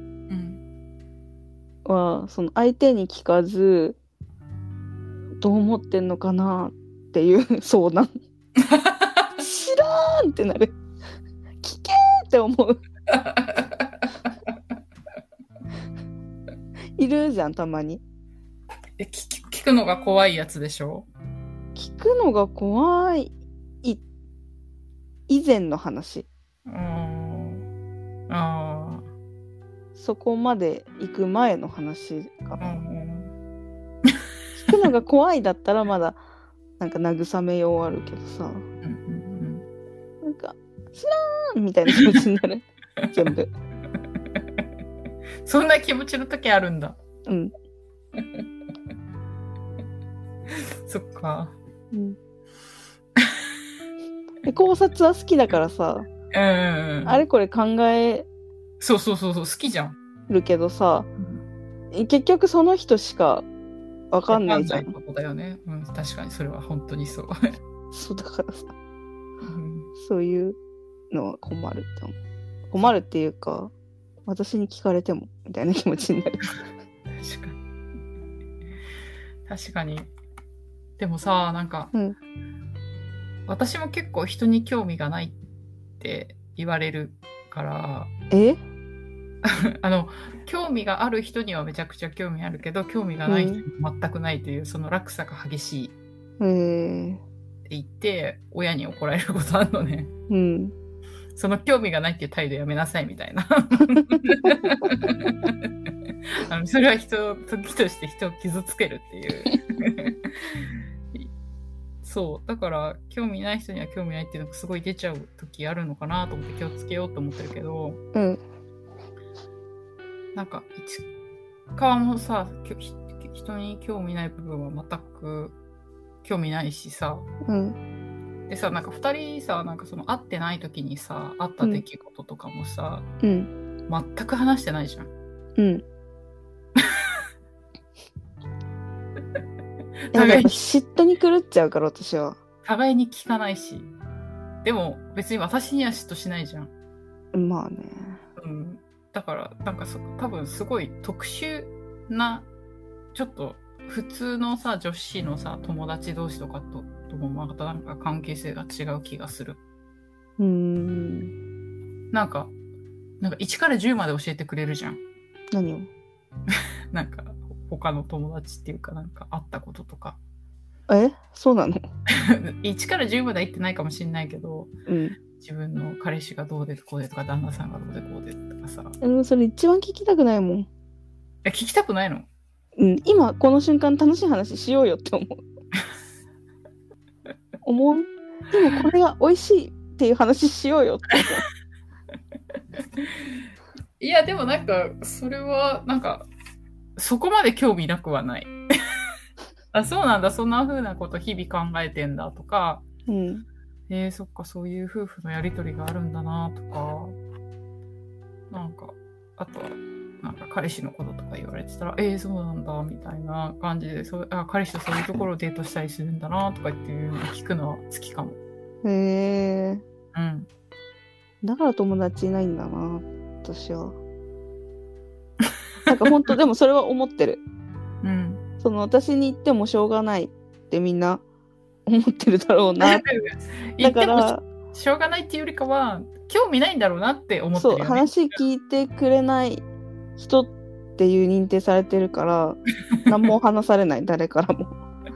[SPEAKER 2] は、うん、その相手に聞かずどう思ってんのかなっていう相談。 ーんってなる。聞けーって思う。いるじゃん、たまに。
[SPEAKER 1] え、聞, 聞くのが怖いやつでしょ？
[SPEAKER 2] 聞くのが怖い。い以前の話。
[SPEAKER 1] うーん。ああ。
[SPEAKER 2] そこまで行く前の話かな。
[SPEAKER 1] うん、
[SPEAKER 2] 聞くのが怖いだったらまだなんか慰めようあるけどさ、うんうんうん、なんか知らんみたいな気持ちになる。全部。
[SPEAKER 1] そんな気持ちの時あるんだ。
[SPEAKER 2] うん。
[SPEAKER 1] そっか。
[SPEAKER 2] うん。で考察は好きだからさ、うん、あれこれ考え
[SPEAKER 1] そうそうそうそう好きじゃん
[SPEAKER 2] るけどさ、うん、結局その人しかわかんないじゃん。
[SPEAKER 1] わかんないことだよね。うん、確かにそれは本当にそう。
[SPEAKER 2] そうだからさ、
[SPEAKER 1] うん、そう
[SPEAKER 2] いうのは困るって思う。困るっていうか、私に聞かれてもみたいな気持ちになる。
[SPEAKER 1] 確かに。確かに。でもさ、なんか、うん、私も結構人に興味がないって言われるから。
[SPEAKER 2] え
[SPEAKER 1] あの興味がある人にはめちゃくちゃ興味あるけど、興味がない人には全くないという、うん、その落差が激しいって言って親に怒られることあるのね、
[SPEAKER 2] うん、
[SPEAKER 1] その興味がないっていう態度やめなさいみたいな。あのそれは人時として人を傷つけるっていうそうだから興味ない人には興味ないっていうのがすごい出ちゃう時あるのかなと思って気をつけようと思ってるけど、
[SPEAKER 2] うん、
[SPEAKER 1] なんか市川もさ、人に興味ない部分は全く興味ないしさ、
[SPEAKER 2] うん、
[SPEAKER 1] でさ、なんかふたりさ、なんかその会ってない時にさ、会った出来事とかもさ、
[SPEAKER 2] うん、
[SPEAKER 1] 全く話してないじゃん。
[SPEAKER 2] うん。互いに嫉妬に狂っちゃうから私は。
[SPEAKER 1] 互いに聞かないし、でも別に私には嫉妬しないじゃん。
[SPEAKER 2] まあね。
[SPEAKER 1] うん。だからなんかそ多分すごい特殊なちょっと普通のさ女子のさ友達同士とかとともまたなんか関係性が違う気がする。
[SPEAKER 2] うーん。
[SPEAKER 1] なんかなんかいちからじゅうまで教えてくれるじゃん。
[SPEAKER 2] 何を？
[SPEAKER 1] なんか他の友達っていうかなんか会ったこととか。
[SPEAKER 2] え？そうなの？
[SPEAKER 1] いちからじゅうまでは言ってないかもしれないけど。
[SPEAKER 2] うん。
[SPEAKER 1] 自分の彼氏がどうでこうでとか旦那さんがどうでこうでとかさ。
[SPEAKER 2] でもそれ一番聞きたくないもん。
[SPEAKER 1] え、聞きたくないの？
[SPEAKER 2] うん、今この瞬間楽しい話しようよって思う。思う？でもこれが美味しいっていう話しようよって思う。
[SPEAKER 1] いやでもなんかそれはなんかそこまで興味なくはない。あ、そうなんだ、そんな風なこと日々考えてんだとか。
[SPEAKER 2] うん。
[SPEAKER 1] えー、そっか、そういう夫婦のやりとりがあるんだなとか、なんか、あとは、なんか彼氏のこととか言われてたら、えー、そうなんだ、みたいな感じで、そうあ彼氏とそういうところをデートしたりするんだなとかっていうのを聞くのは好きかも。
[SPEAKER 2] へえ。
[SPEAKER 1] うん。
[SPEAKER 2] だから友達いないんだな、私は。なんか本当、でもそれは思ってる。
[SPEAKER 1] うん。
[SPEAKER 2] その私に言ってもしょうがないってみんな、思ってるだろうな。だから
[SPEAKER 1] しょうがないっていうよりかは興味ないんだろうなって思ってるよね。
[SPEAKER 2] そう、話聞いてくれない人っていう認定されてるから何も話されない誰からも。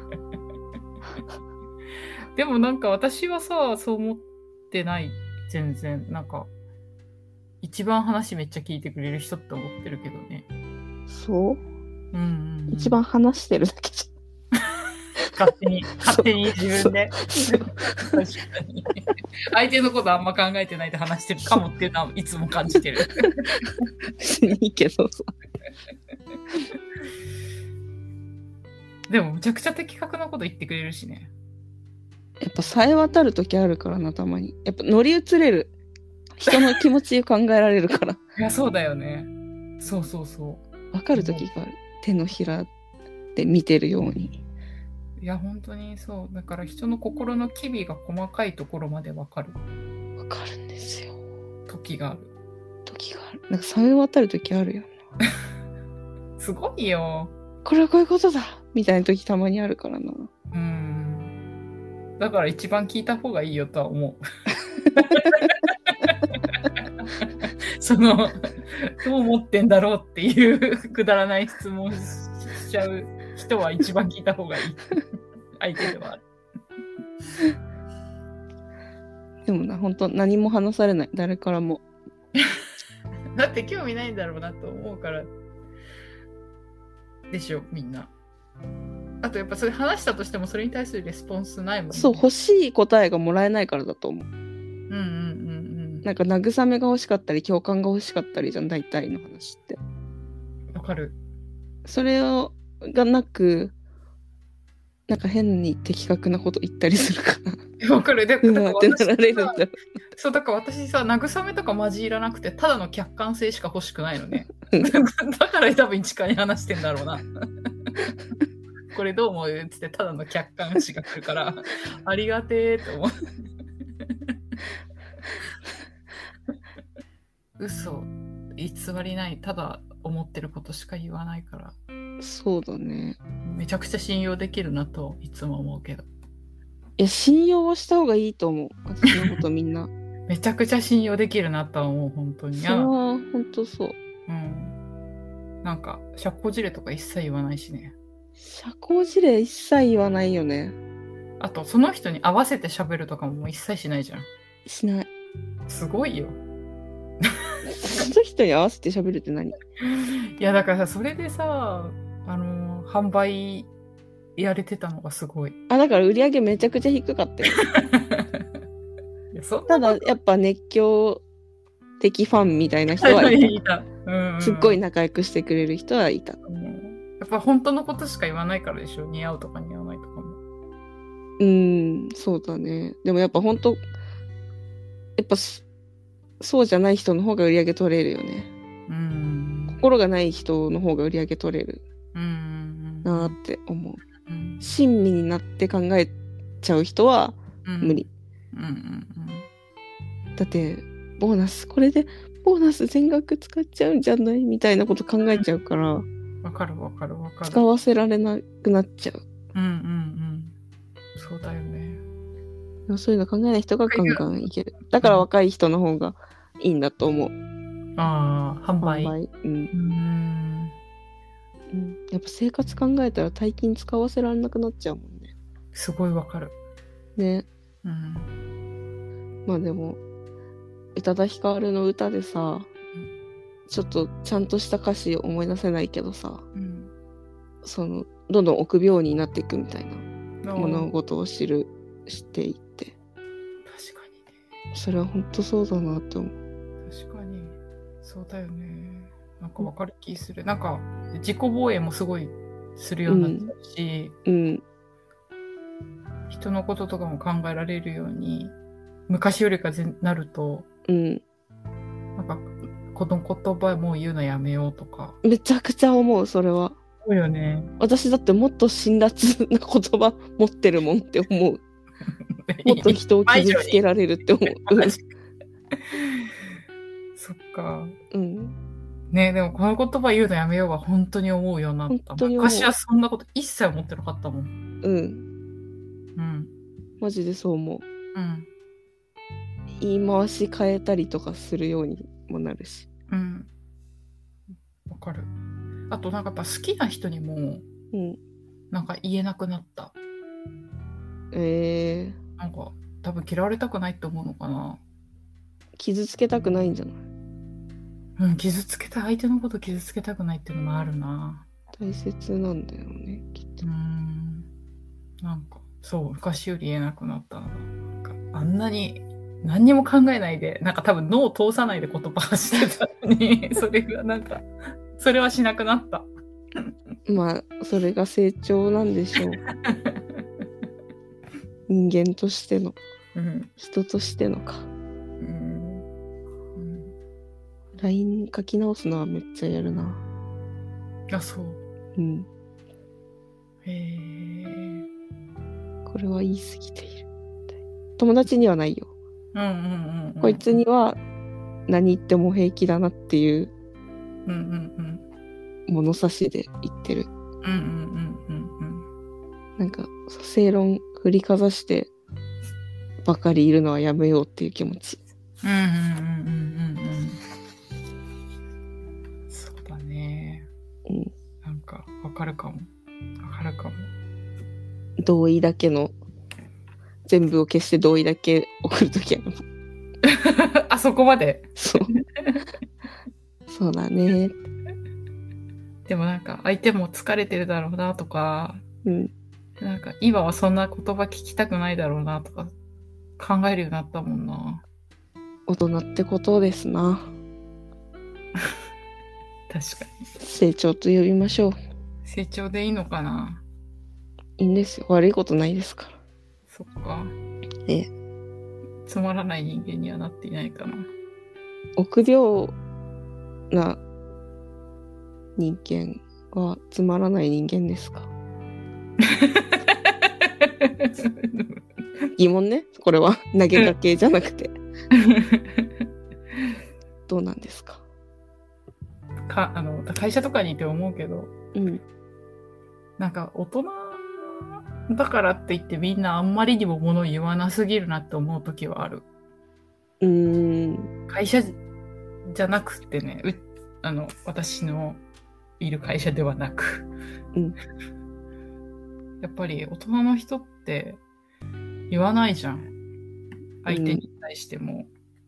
[SPEAKER 1] でもなんか私はさそう思ってない。全然なんか一番話めっちゃ聞いてくれる人って思ってるけどね。
[SPEAKER 2] そう、うん
[SPEAKER 1] うんうん、
[SPEAKER 2] 一番話してるだけじゃん。
[SPEAKER 1] 勝手に勝手に自分で確かに相手のことあんま考えてないで話してるかもっていうのはいつも感じてる。
[SPEAKER 2] 別にいいけどさ。
[SPEAKER 1] でもむちゃくちゃ的確なこと言ってくれるしね。
[SPEAKER 2] やっぱさえ渡る時あるからな、たまに。やっぱ乗り移れる、人の気持ちを考えられるから。
[SPEAKER 1] いやそうだよね。そうそうそう。
[SPEAKER 2] わかる時がある。手のひらで見てるように。
[SPEAKER 1] いや本当にそう。だから人の心の機微が細かいところまでわかる。
[SPEAKER 2] わかるんですよ。
[SPEAKER 1] 時がある。
[SPEAKER 2] 時がある。なんかさえ渡る時あるよ
[SPEAKER 1] な。すごいよ。
[SPEAKER 2] これはこういうことだみたいな時たまにあるからな。
[SPEAKER 1] うん。だから一番聞いた方がいいよとは思う。 そのどう思ってんだろうっていうくだらない質問しちゃう人は一番聞いた方がいい相手ではある。
[SPEAKER 2] でもな、本当何も話されない、誰からも。
[SPEAKER 1] だって興味ないんだろうなと思うからでしょ、みんな。あとやっぱそれ話したとしてもそれに対するレスポンスないもんね。
[SPEAKER 2] そう、欲しい答えがもらえないからだと思う。
[SPEAKER 1] うんうんうんうん。
[SPEAKER 2] なんか慰めが欲しかったり共感が欲しかったりじゃん、大体の話って。
[SPEAKER 1] わかる。そ
[SPEAKER 2] れをがなく、なんか変に的確なこと言ったりするから。
[SPEAKER 1] わかる。で、
[SPEAKER 2] うわってなられるんだ。
[SPEAKER 1] そう、だから私さ、慰めとか交らなくて、ただの客観性しか欲しくないのね。だから多分一華に話してんだろうな。これどう思うって言って、ただの客観視が来るから、ありがてーと思う。嘘、偽りない、ただ思ってることしか言わないから。
[SPEAKER 2] そうだね。
[SPEAKER 1] めちゃくちゃ信用できるなといつも思うけど。
[SPEAKER 2] いや、信用はした方がいいと思う。私のことみんな。
[SPEAKER 1] めちゃくちゃ信用できるなとは思う、本当に。
[SPEAKER 2] それは本当そう。
[SPEAKER 1] うん。なんか、社交辞令とか一切言わないしね。
[SPEAKER 2] 社交辞令一切言わないよね。
[SPEAKER 1] あと、その人に合わせて喋るとかももう一切しないじゃん。
[SPEAKER 2] しない。
[SPEAKER 1] すごいよ。
[SPEAKER 2] その人に合わせて喋るって何？い
[SPEAKER 1] や、だからさ、それでさ、あのー、販売やれてたのがすごい。
[SPEAKER 2] あ、だから売り上げめちゃくちゃ低かったよ。いや、そんなただ、やっぱ熱狂的ファンみたいな人はいた。いた。うんうん、すっごい仲良くしてくれる人はいた。うん、
[SPEAKER 1] やっぱ本当のことしか言わないからでしょ。似合うとか似合わないとかも。
[SPEAKER 2] うん、そうだね。でもやっぱ本当、やっぱそうじゃない人の方が売り上げ取れるよね。うん、心がない人の方が売り上げ取れるなって思う。うん、親身になって考えちゃう人は無理。うんうんうんうん、だってボーナスこれでボーナス全額使っちゃうんじゃないみたいなこと考えちゃうから。
[SPEAKER 1] わかるわかるわかる。
[SPEAKER 2] 使わせられなくなっちゃう。
[SPEAKER 1] うんうんうん。そうだよね。
[SPEAKER 2] そういうの考えない人がガンガンいける。だから若い人の方がいいんだと思う。
[SPEAKER 1] ああ、販売。販売。
[SPEAKER 2] うん。うんうん、やっぱ生活考えたら大金使わせられなくなっちゃうもんね。
[SPEAKER 1] すごいわかる。
[SPEAKER 2] ね。うん。まあでも、宇多田ヒカルの歌でさ、うん、ちょっとちゃんとした歌詞思い出せないけどさ、うん、そのどんどん臆病になっていくみたいな物事を知るしていって。確
[SPEAKER 1] かにね。
[SPEAKER 2] それは本当そうだなって思う。
[SPEAKER 1] 確かにそうだよね。なんか分かる気する。なんか自己防衛もすごいするようになったし、うんうん、人のこととかも考えられるように昔よりかなると、うん、なんかこの言葉もう言うのやめようとか。
[SPEAKER 2] めちゃくちゃ思う、それは。
[SPEAKER 1] そうよね。
[SPEAKER 2] 私だってもっと辛辣な言葉持ってるもんって思う。もっと人を傷つけられるって思う。
[SPEAKER 1] そっか。うん。ね、でもこの言葉言うのやめようは本当に思うようになった。昔はそんなこと一切思ってなかったもん。うん。
[SPEAKER 2] うん。マジでそう思う。うん。言い回し変えたりとかするようにもなるし。
[SPEAKER 1] うん。わかる。あとなんかやっぱ好きな人にも、うん、なんか言えなくなった。えー。なんか多分嫌われたくないって思うのかな。
[SPEAKER 2] 傷つけたくないんじゃない？
[SPEAKER 1] うん、傷つけた相手のこと傷つけたくないっていうのもあるな。
[SPEAKER 2] 大切なんだよね、きっと。うーん。
[SPEAKER 1] なんかそう昔より言えなくなったのが、なんかあんなに何にも考えないで、なんか多分脳を通さないで言葉発してたのに、それがなんかそれはしなくなった。
[SPEAKER 2] まあそれが成長なんでしょう。人間としての、うん、人としてのか。ライン 書き直すのはめっちゃやるな。
[SPEAKER 1] あ、そう。うん。へえ。
[SPEAKER 2] これは言い過ぎている。友達にはないよ。うんうんうん、うん。こいつには何言っても平気だなっていう物差しで言ってる。うんうんうんうんうん。なんか正論振りかざしてばかりいるのはやめようっていう気持ち。
[SPEAKER 1] うんうんうんうんうんうん。そうだね。
[SPEAKER 2] うん。
[SPEAKER 1] なんかわかるかも。わかるかも。
[SPEAKER 2] 同意だけの全部を消して同意だけ送るときは
[SPEAKER 1] あそこまで。
[SPEAKER 2] そう。そうだね。
[SPEAKER 1] でもなんか相手も疲れてるだろうなとか、
[SPEAKER 2] うん。
[SPEAKER 1] なんか今はそんな言葉聞きたくないだろうなとか考えるようになったもんな。
[SPEAKER 2] 大人ってことですな。
[SPEAKER 1] 確かに。
[SPEAKER 2] 成長と呼びましょう。
[SPEAKER 1] 成長でいいのかな。
[SPEAKER 2] いいんですよ。悪いことないですから。
[SPEAKER 1] そっか。
[SPEAKER 2] ええ。
[SPEAKER 1] つまらない人間にはなっていないかな。
[SPEAKER 2] 臆病な人間はつまらない人間ですか？疑問ね。これは投げかけじゃなくてどうなんですか？
[SPEAKER 1] かあの会社とかにいて思うけど、
[SPEAKER 2] うん、
[SPEAKER 1] なんか大人だからって言ってみんなあんまりにも物を言わなすぎるなって思う時はある。
[SPEAKER 2] うーん。
[SPEAKER 1] 会社じゃなくてね、うあの私のいる会社ではなく、
[SPEAKER 2] うん、
[SPEAKER 1] やっぱり大人の人って言わないじゃん。相手に対しても。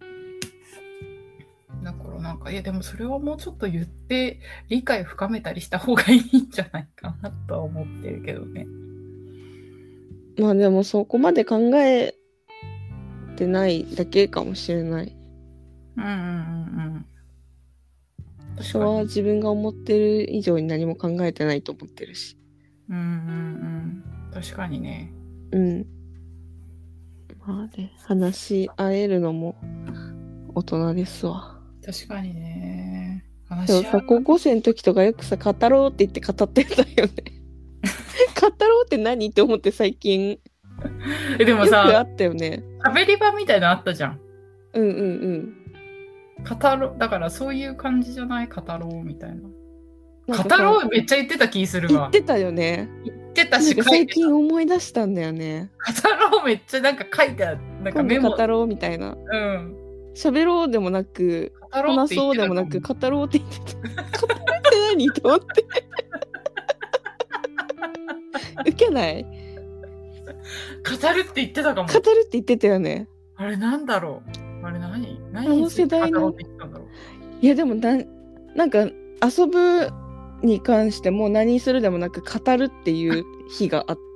[SPEAKER 1] うん、だからなんか、いやでもそれはもうちょっと言って理解深めたりした方がいいんじゃないかなとは思ってるけどね。
[SPEAKER 2] まあでもそこまで考えてないだけかもしれない。
[SPEAKER 1] うんうんうんうん。
[SPEAKER 2] 私は自分が思ってる以上に何も考えてないと思ってるし。
[SPEAKER 1] うんうんうん。確かにね。
[SPEAKER 2] うん。まあね、話し合えるのも大人ですわ。
[SPEAKER 1] 確かにね。話
[SPEAKER 2] でもさ、高校生の時とかよくさ、語ろうって言って語ってたよね。語ろうって何って思って最近。
[SPEAKER 1] え、でもさ、
[SPEAKER 2] よくあったよね。
[SPEAKER 1] 喋り場みたいなのあったじゃん。
[SPEAKER 2] うんうんうん。
[SPEAKER 1] 語ろう、だからそういう感じじゃない？語ろうみたいな。語ろうめっちゃ言ってた気するわ。
[SPEAKER 2] 言ってたよね。
[SPEAKER 1] 言ってたし、
[SPEAKER 2] 最近思い出したんだよね。
[SPEAKER 1] 語ろうめっちゃなんか書いてある。なんかメモ。
[SPEAKER 2] 語ろうみたいな。
[SPEAKER 1] うん。
[SPEAKER 2] 喋ろうでもなく、話そうでもなく、語ろうって言ってた。語るって何と思って。ウケない？
[SPEAKER 1] 語るって言ってたかも。
[SPEAKER 2] 語るって言ってたよね。
[SPEAKER 1] あれなんだろう。あれ何？何
[SPEAKER 2] あの世代の。いやでもな、なんか遊ぶに関しても何するでもなく語るっていう日があった。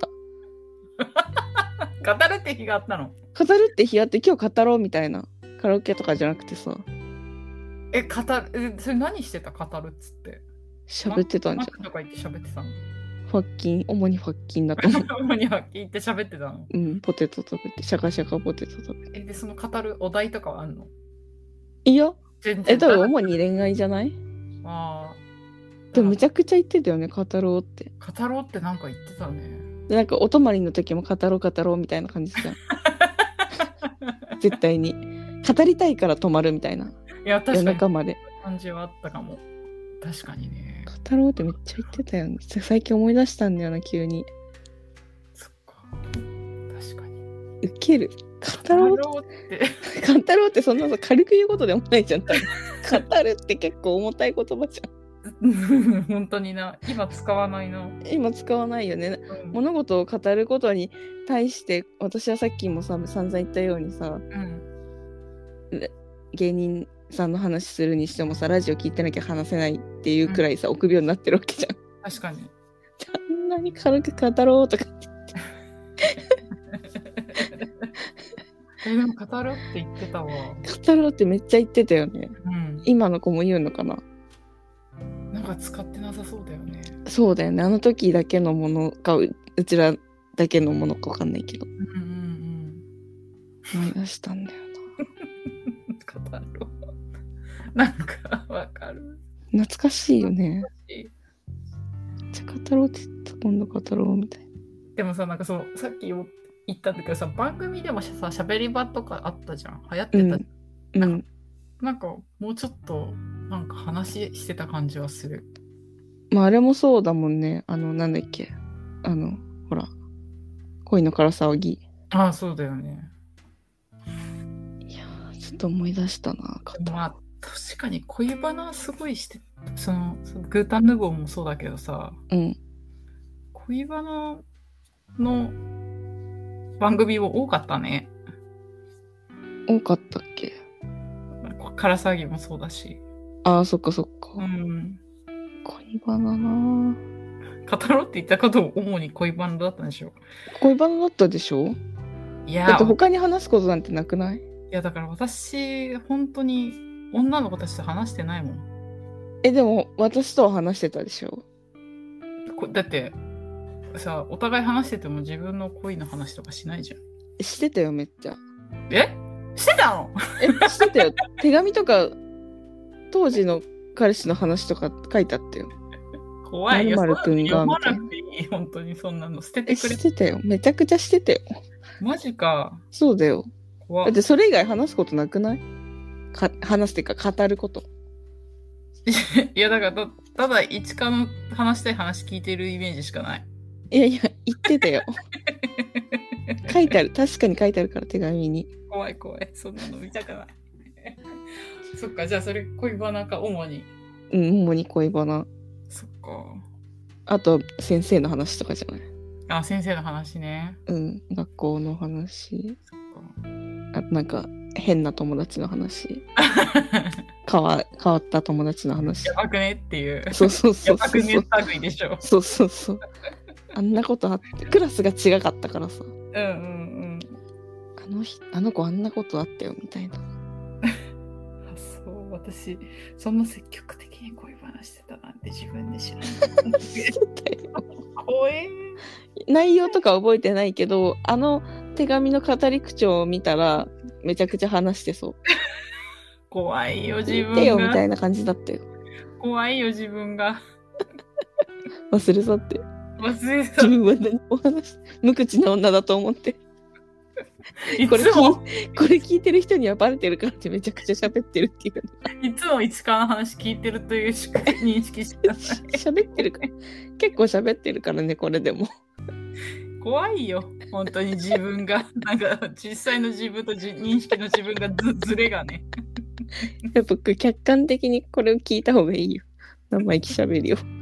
[SPEAKER 1] 語るって日があったの？
[SPEAKER 2] 語るって日あって今日語ろうみたいな。カラオケとかじゃなくてさ。
[SPEAKER 1] え、語る、え、それ何してた？語るっつって。
[SPEAKER 2] 喋ってたんじゃん。マッ
[SPEAKER 1] クとか言って喋ってたの？
[SPEAKER 2] ファッキン、主にファッキンだと思う。
[SPEAKER 1] 主にファッキンって喋ってたの？
[SPEAKER 2] うん、ポテト食べて、シャカシャカポテト食べて。
[SPEAKER 1] え、で、その語るお題とかはあんの？
[SPEAKER 2] いや、
[SPEAKER 1] 全然。
[SPEAKER 2] え、多分主に恋愛じゃない？ああ。でもむちゃくちゃ言ってたよね、語ろうって。
[SPEAKER 1] 語ろうってなんか言ってたね。
[SPEAKER 2] でなんかお泊まりの時も語ろう語ろうみたいな感じじゃん。絶対に。語りたいから泊まるみたいな。い
[SPEAKER 1] や、確かに。
[SPEAKER 2] 夜中まで。
[SPEAKER 1] 感じはあったかも。確かにね。
[SPEAKER 2] 語ろうってめっちゃ言ってたよね。最近思い出したんだよな、急に。
[SPEAKER 1] そっか。確かに。
[SPEAKER 2] ウケる。語ろうって。語ろうってそんな軽く言うことでもないじゃん。語るって結構重たい言葉じゃん。
[SPEAKER 1] 本当にな。今使わないな。
[SPEAKER 2] 今使わないよね。うん、物事を語ることに対して私はさっきもさ散々言ったようにさ、うん、芸人さんの話するにしてもさラジオ聞いてなきゃ話せないっていうくらいさ、うん、臆病になってるわけじゃん。
[SPEAKER 1] 確かに。
[SPEAKER 2] あんなに軽く語ろうとかって
[SPEAKER 1] えでも語ろうって言ってたわ。
[SPEAKER 2] 語ろうってめっちゃ言ってたよね。うん、今の子も言うのかな。
[SPEAKER 1] なんか使ってなさそうだよね。
[SPEAKER 2] そうだよね。あの時だけのものか う, うちらだけのものか分かんないけど。うんうんうん。思い出したんだよ
[SPEAKER 1] な。語ろう。なんかわかる。
[SPEAKER 2] 懐かしいよね。めっちゃ語ろうって言った今度語ろうみたいな。
[SPEAKER 1] でもさなんかそうさっき言ったんだけどさ番組でもさ喋り場とかあったじゃん。流行ってた。うん。なんか、うん、なんかもうちょっとなんか話してた感じはする。
[SPEAKER 2] まああれもそうだもんね。あのなんだっけあのほら恋のから騒ぎ。
[SPEAKER 1] ああそうだよね。
[SPEAKER 2] と思い出したな。
[SPEAKER 1] まあ確かに恋バナすごいしてそのグータンヌボーもそうだけどさ、
[SPEAKER 2] うん、
[SPEAKER 1] 恋バナの番組も多かったね。
[SPEAKER 2] 多かったっけ？
[SPEAKER 1] から騒ぎもそうだし。
[SPEAKER 2] ああ、そっかそっか。
[SPEAKER 1] うん。
[SPEAKER 2] 恋バナな。
[SPEAKER 1] 語ろうって言ったことも主に恋バナだったんでしょ。
[SPEAKER 2] 恋バナだったでしょ？いや。だって他に話すことなんてなくない？い
[SPEAKER 1] やだから私本当に女の子たちと話してないもん。
[SPEAKER 2] えでも私とは話してたでしょ？
[SPEAKER 1] だってさ、お互い話してても自分の恋の話とかしないじゃん。
[SPEAKER 2] してたよめっちゃ。
[SPEAKER 1] え？してたの？
[SPEAKER 2] えしてたよ。手紙とか当時の彼氏の話とか書いてあったよ。
[SPEAKER 1] 怖いよ。
[SPEAKER 2] 〇〇くんが
[SPEAKER 1] 読まなくていい。本当にそんなの捨ててくれ。
[SPEAKER 2] してたよ。めちゃくちゃしてたよ。
[SPEAKER 1] マジか。
[SPEAKER 2] そうだよ。
[SPEAKER 1] 怖
[SPEAKER 2] だってそれ以外話すことなくない？か話すっていうか語ること。
[SPEAKER 1] いやだからただ一花の話したい話聞いてるイメージしかない。
[SPEAKER 2] いやいや言ってたよ。書いてある。確かに書いてあるから手紙に。
[SPEAKER 1] 怖い怖い。そんなの見たくない。そっか、じゃあそれ恋バナか主に。
[SPEAKER 2] うん、主に恋バナ。
[SPEAKER 1] そっか。
[SPEAKER 2] あと先生の話とかじゃない？
[SPEAKER 1] あ、先生の話ね。
[SPEAKER 2] うん、学校の話。
[SPEAKER 1] そっ
[SPEAKER 2] か。あとなんか変な友達の話。変わ変わった友達の話。
[SPEAKER 1] やばくねっていう。
[SPEAKER 2] そうそうそうそう。
[SPEAKER 1] やばくねたぐいでしょ。
[SPEAKER 2] そうそうそう。あんなことあってクラスが違かったからさ。
[SPEAKER 1] うんうんうん。
[SPEAKER 2] あの日あの子あんなことあったよみたいな。
[SPEAKER 1] あ、そう私そんな積極的に恋話してたなんて自分で知らない。怖え。
[SPEAKER 2] 内容とか覚えてないけど、あの手紙の語り口調を見たらめちゃくちゃ話してそう。
[SPEAKER 1] 怖いよ自分が。
[SPEAKER 2] 言ってよみたいな感じだったよ。
[SPEAKER 1] 怖いよ自分が。
[SPEAKER 2] 忘れ去って。
[SPEAKER 1] 忘れ去って。
[SPEAKER 2] 自分は何も話し無口な女だと思って。
[SPEAKER 1] い
[SPEAKER 2] これ聞これ聞いてる人にはバレてるからってめちゃくちゃ喋ってるっていう。
[SPEAKER 1] いつも市川の話聞いてるという認識しかない。
[SPEAKER 2] 喋ってるから。結構喋ってるからねこれでも。
[SPEAKER 1] 怖いよ本当に自分がなんか実際の自分と認識の自分が ず, ずれがね。
[SPEAKER 2] やっぱ客観的にこれを聞いた方がいいよ。生意気喋るよ。